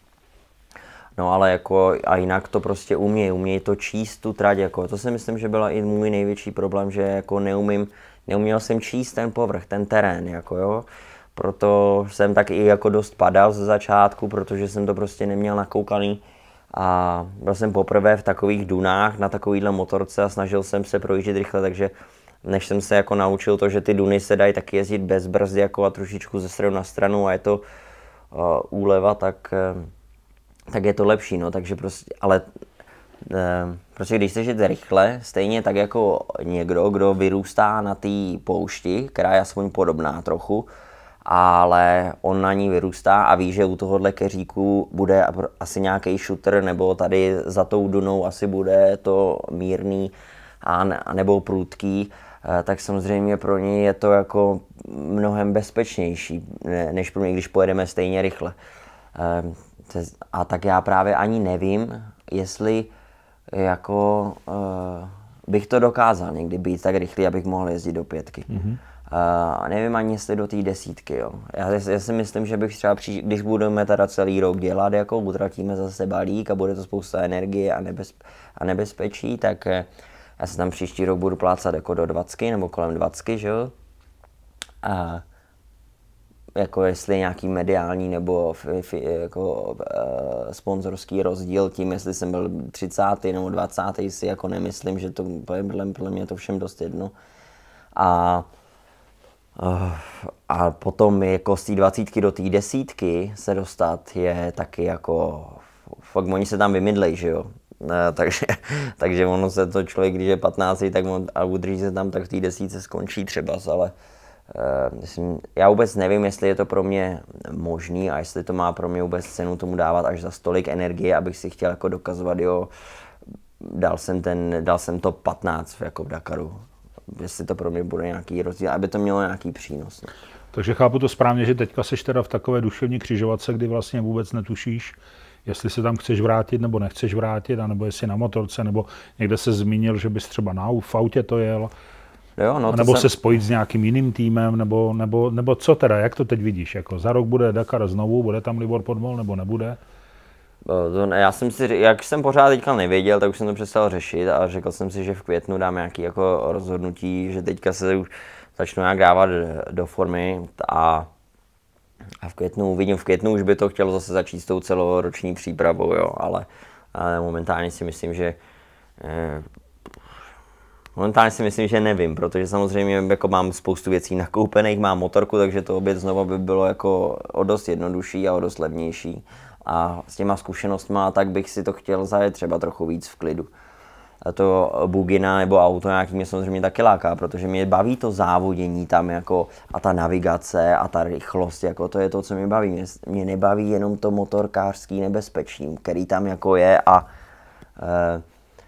No ale jako a jinak to prostě umějí, umějí to číst tu trať, jako to si myslím, že byla i můj největší problém, že jako neumím, neuměl jsem číst ten povrch, ten terén, jako jo. Proto jsem tak i jako dost padal ze začátku, protože jsem to prostě neměl nakoukaný a byl jsem poprvé v takových dunách na takovýhle motorce a snažil jsem se projíždět rychle, takže než jsem se jako naučil to, že ty duny se dají taky jezdit bez brzdy jako a trošičku ze strany na stranu a je to uh, úleva, tak uh, tak je to lepší, no, takže prostě, ale e, prostě když chceš jít rychle, stejně tak jako někdo, kdo vyrůstá na té poušti, která je aspoň podobná trochu, ale on na ní vyrůstá a ví, že u tohohle keříku bude asi nějaký šutr, nebo tady za tou dunou asi bude to mírný a, ne, a nebo prudký, e, tak samozřejmě pro něj je to jako mnohem bezpečnější, ne, než pro mě, když pojedeme stejně rychle. E, A tak já právě ani nevím, jestli jako uh, bych to dokázal někdy být tak rychlý, abych mohl jezdit do pětky. Mm-hmm. Uh, nevím ani jestli do té desítky, jo. Já, já si myslím, že bych třeba, příš, když budeme teda celý rok dělat, jako utratíme zase balík a bude to spousta energie a, nebez, a nebezpečí, tak uh, já se tam příští rok budu plácat jako do dvacky nebo kolem dvacky, že jo. Uh, jako jestli nějaký mediální nebo fi, fi, jako, uh, sponzorský rozdíl tím, jestli jsem byl třicátý nebo dvacátý si jako nemyslím, že to je podle mě to všem dost jedno. A, uh, a potom jako z té dvacítky do té desítky se dostat je taky jako, fakt oni se tam vymydlej, že jo. Uh, takže, takže ono se to člověk, když je patnáctý tak on, a udrží se tam, tak v té desítce skončí třeba, ale Uh, myslím, já vůbec nevím, jestli je to pro mě možný a jestli to má pro mě vůbec cenu tomu dávat až za stolik energie, abych si chtěl jako dokazovat, jo, dal jsem, ten, dal jsem to patnáct jako v Dakaru. Jestli to pro mě bude nějaký rozdíl, aby to mělo nějaký přínos. No. Takže chápu to správně, že teďka seš teda v takové duševní křižovatce, kdy vlastně vůbec netušíš, jestli se tam chceš vrátit nebo nechceš vrátit, anebo jestli na motorce, nebo někde se zmínil, že bys třeba na v autě to jel. Jo, no nebo jsem... se spojit s nějakým jiným týmem, nebo, nebo, nebo co teda, jak to teď vidíš? Jako za rok bude Dakar znovu, bude tam Libor Podmol, nebo nebude? To ne, já jsem si, jak jsem pořád teďka nevěděl, tak už jsem to přestal řešit a řekl jsem si, že v květnu dám nějaké jako rozhodnutí, že teďka se už začnu nějak dávat do formy a, a v květnu uvidím, v květnu už by to chtělo zase začít s tou celoroční přípravou, jo, ale, ale momentálně si myslím, že eh, Momentálně si myslím, že nevím, protože samozřejmě jako mám spoustu věcí nakoupených, mám motorku, takže to obět znovu by bylo jako o dost jednodušší a o dost levnější. A s těma zkušenostma tak bych si to chtěl zajet třeba trochu víc v klidu. A to bugina nebo auto nějaký mě samozřejmě taky láká, protože mě baví to závodění tam jako a ta navigace a ta rychlost, jako to je to, co mě baví. Mě, mě nebaví jenom to motorkářský nebezpečí, který tam jako je a e,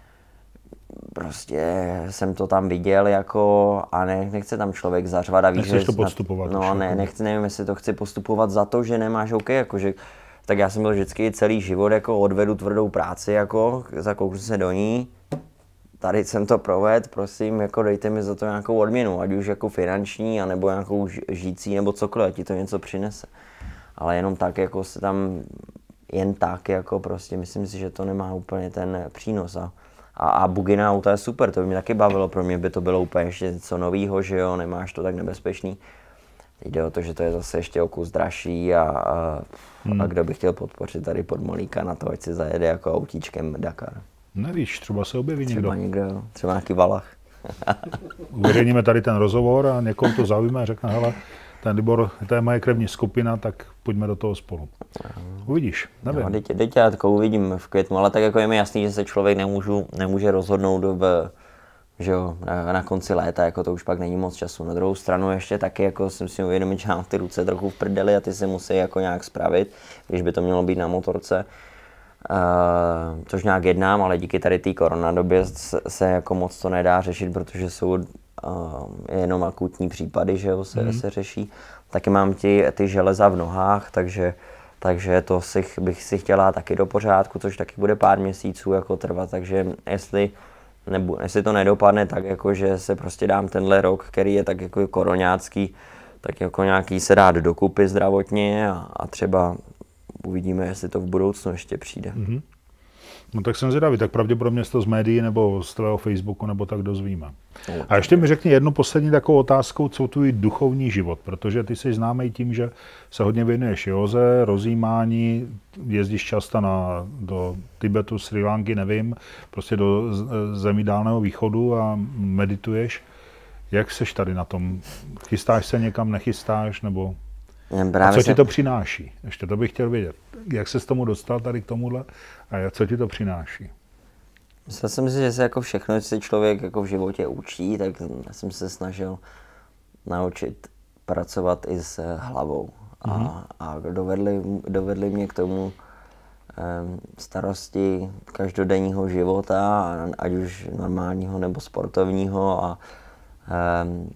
prostě jsem to tam viděl jako a ne, nechce tam člověk zařvat a víš, že to postupovat. No ne, nechci, nevím, jestli to chci postupovat za to, že nemáš OK, jakože, tak já jsem byl vždycky celý život, jako odvedu tvrdou práci, jako zakouknu se do ní, tady jsem to provedl, prosím, jako dejte mi za to nějakou odměnu, ať už jako finanční, anebo nějakou žijící, nebo cokoliv, ti to něco přinese. Ale jenom tak, jako se tam, jen tak, jako prostě, myslím si, že to nemá úplně ten přínos. A A, a bugina auta je super, to by mě taky bavilo, pro mě by to bylo úplně ještě něco novýho, že jo, nemáš to tak nebezpečný. Jde o to, že to je zase ještě o kus dražší a, a, hmm. a kdo by chtěl podpořit tady Podmolíka na to, ať si zajede jako autíčkem Dakar. Nevíš, třeba se objeví třeba někdo. někdo. Jo. Třeba nějaký Valach. Uveřejníme tady ten rozhovor a někoho to zaujme a řekne, hele, ten Libor, to je moje krevní skupina, tak pojďme do toho spolu. Uvidíš, nevím. No, teď, teď já tako uvidím v květnu, ale tak jako je mi jasný, že se člověk nemůžu, nemůže rozhodnout v, že jo, na, na konci léta, jako to už pak není moc času. Na druhou stranu ještě taky jako jsem si uvědomit, že mám ty ruce trochu v prdeli a ty se musí jako nějak spravit, když by to mělo být na motorce. Uh, což nějak jednám, ale díky tady té koronadobě se, se jako moc to nedá řešit, protože jsou uh, jenom akutní případy, že jo, se, mm. se řeší. Taky mám ty, ty železa v nohách, takže, takže to si, bych si chtěla taky do pořádku, což taky bude pár měsíců jako trvat, takže jestli nebo jestli to nedopadne tak, jako že se prostě dám tenhle rok, který je tak jako koroňácký, tak jako nějaký se dát dokupy zdravotně a, a třeba uvidíme, jestli to v budoucnu ještě přijde. Mm-hmm. No tak jsem zvědavý, tak pravděpodobně z toho z médií nebo z tvého Facebooku nebo tak dozvíme. A ještě mi řekni jednu poslední takovou otázku, co tvůj duchovní život, protože ty jsi známý tím, že se hodně věnuješ józe, rozjímání, jezdíš často na, do Tibetu, Srí Lanky, nevím, prostě do zemí Dálného východu a medituješ. Jak seš tady na tom? Chystáš se někam, nechystáš, nebo... A co ti to přináší? Ještě to bych chtěl vědět. Jak se s tomu dostal tady k tomuhle a co ti to přináší? Myslel jsem si, že se jako všechno, co se člověk jako v životě učí, tak jsem se snažil naučit pracovat i s hlavou. A, mm-hmm. a dovedli, dovedli mě k tomu um, starosti každodenního života, ať už normálního nebo sportovního a um,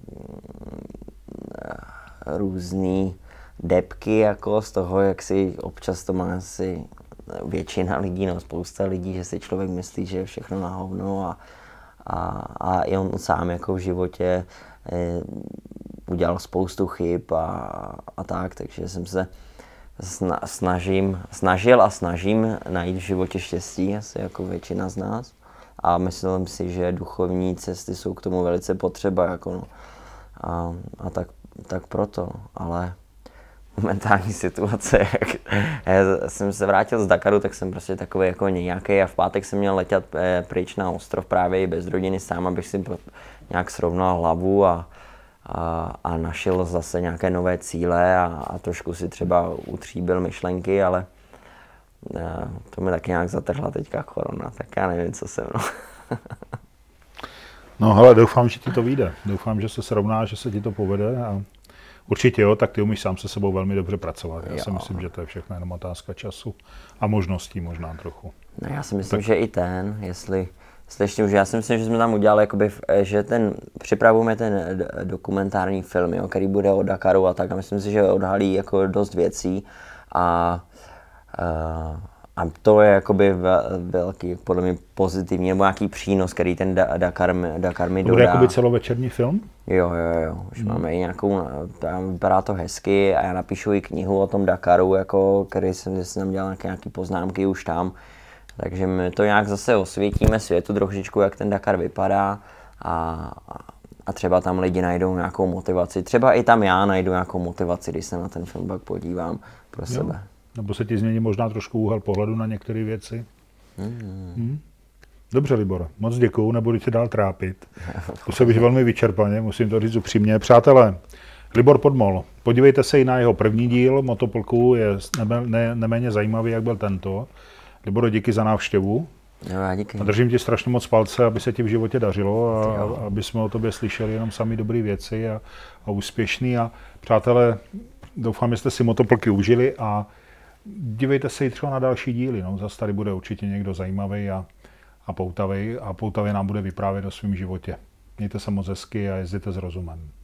různý depky jako z toho, jak si občas to má asi většina lidí, no spousta lidí, že si člověk myslí, že je všechno na hovno a, a, a i on sám jako v životě eh, udělal spoustu chyb a, a tak, takže jsem se sna, snažím, snažil a snažím najít v životě štěstí, asi jako většina z nás. A myslím si, že duchovní cesty jsou k tomu velice potřeba, jako no. A, a tak, tak proto, ale momentální situace, jak já jsem se vrátil z Dakaru, tak jsem prostě takový jako nějaký a v pátek jsem měl letět pryč na ostrov právě i bez rodiny sám, abych si nějak srovnal hlavu a, a, a našel zase nějaké nové cíle a, a trošku si třeba utříbil myšlenky, ale to mi taky nějak zatrhla teďka korona, tak já nevím, co se mnou. No hele, doufám, že ti to vyjde. Doufám, že se srovná, že se ti to povede a určitě jo, tak ty umíš sám se sebou velmi dobře pracovat. Já jo. si myslím, že to je všechno jenom otázka času a možností možná trochu. No já si myslím, tak... že i ten, jestli, jestli ještě už, já si myslím, že jsme tam udělali, jakoby, že ten, připravujeme ten dokumentární film, jo, který bude o Dakaru a tak a myslím si, že odhalí jako dost věcí a, a, a to je jakoby velký, podle mě pozitivní, nebo nějaký přínos, který ten Dakar, Dakar mi dodá. To bude jakoby celovečerní film? Jo, jo, jo. Už hmm. máme i nějakou, tam vypadá to hezky a já napíšu i knihu o tom Dakaru, jako, který jsem si tam dělal nějaké, nějaké poznámky už tam. Takže my to nějak zase osvětíme světu trošičku, jak ten Dakar vypadá a, a třeba tam lidi najdou nějakou motivaci. Třeba i tam já najdu nějakou motivaci, když se na ten film pak podívám pro jo. sebe. Nebo se ti změní možná trošku úhel pohledu na některé věci. Hmm. Hmm. Dobře, Libore, moc děkuju, nebudu tě dál trápit. Působíš velmi vyčerpaně, musím to říct upřímně. Přátelé, Libor Podmol, podívejte se i na jeho první díl Motoplku, je nebe, ne, neméně zajímavý, jak byl tento. Libore, díky za návštěvu. Jo, díky. A držím ti strašně moc palce, aby se ti v životě dařilo a, a aby jsme o tobě slyšeli jenom sami dobré věci a, a úspěšný. A přátelé, doufám, že jste si Motoplky užili a dívejte se i třeba na další díly. No. Zase tady bude určitě někdo zajímavý a a poutavý a poutavě nám bude vyprávět o svém životě. Mějte se moc hezky a jezděte s rozumem.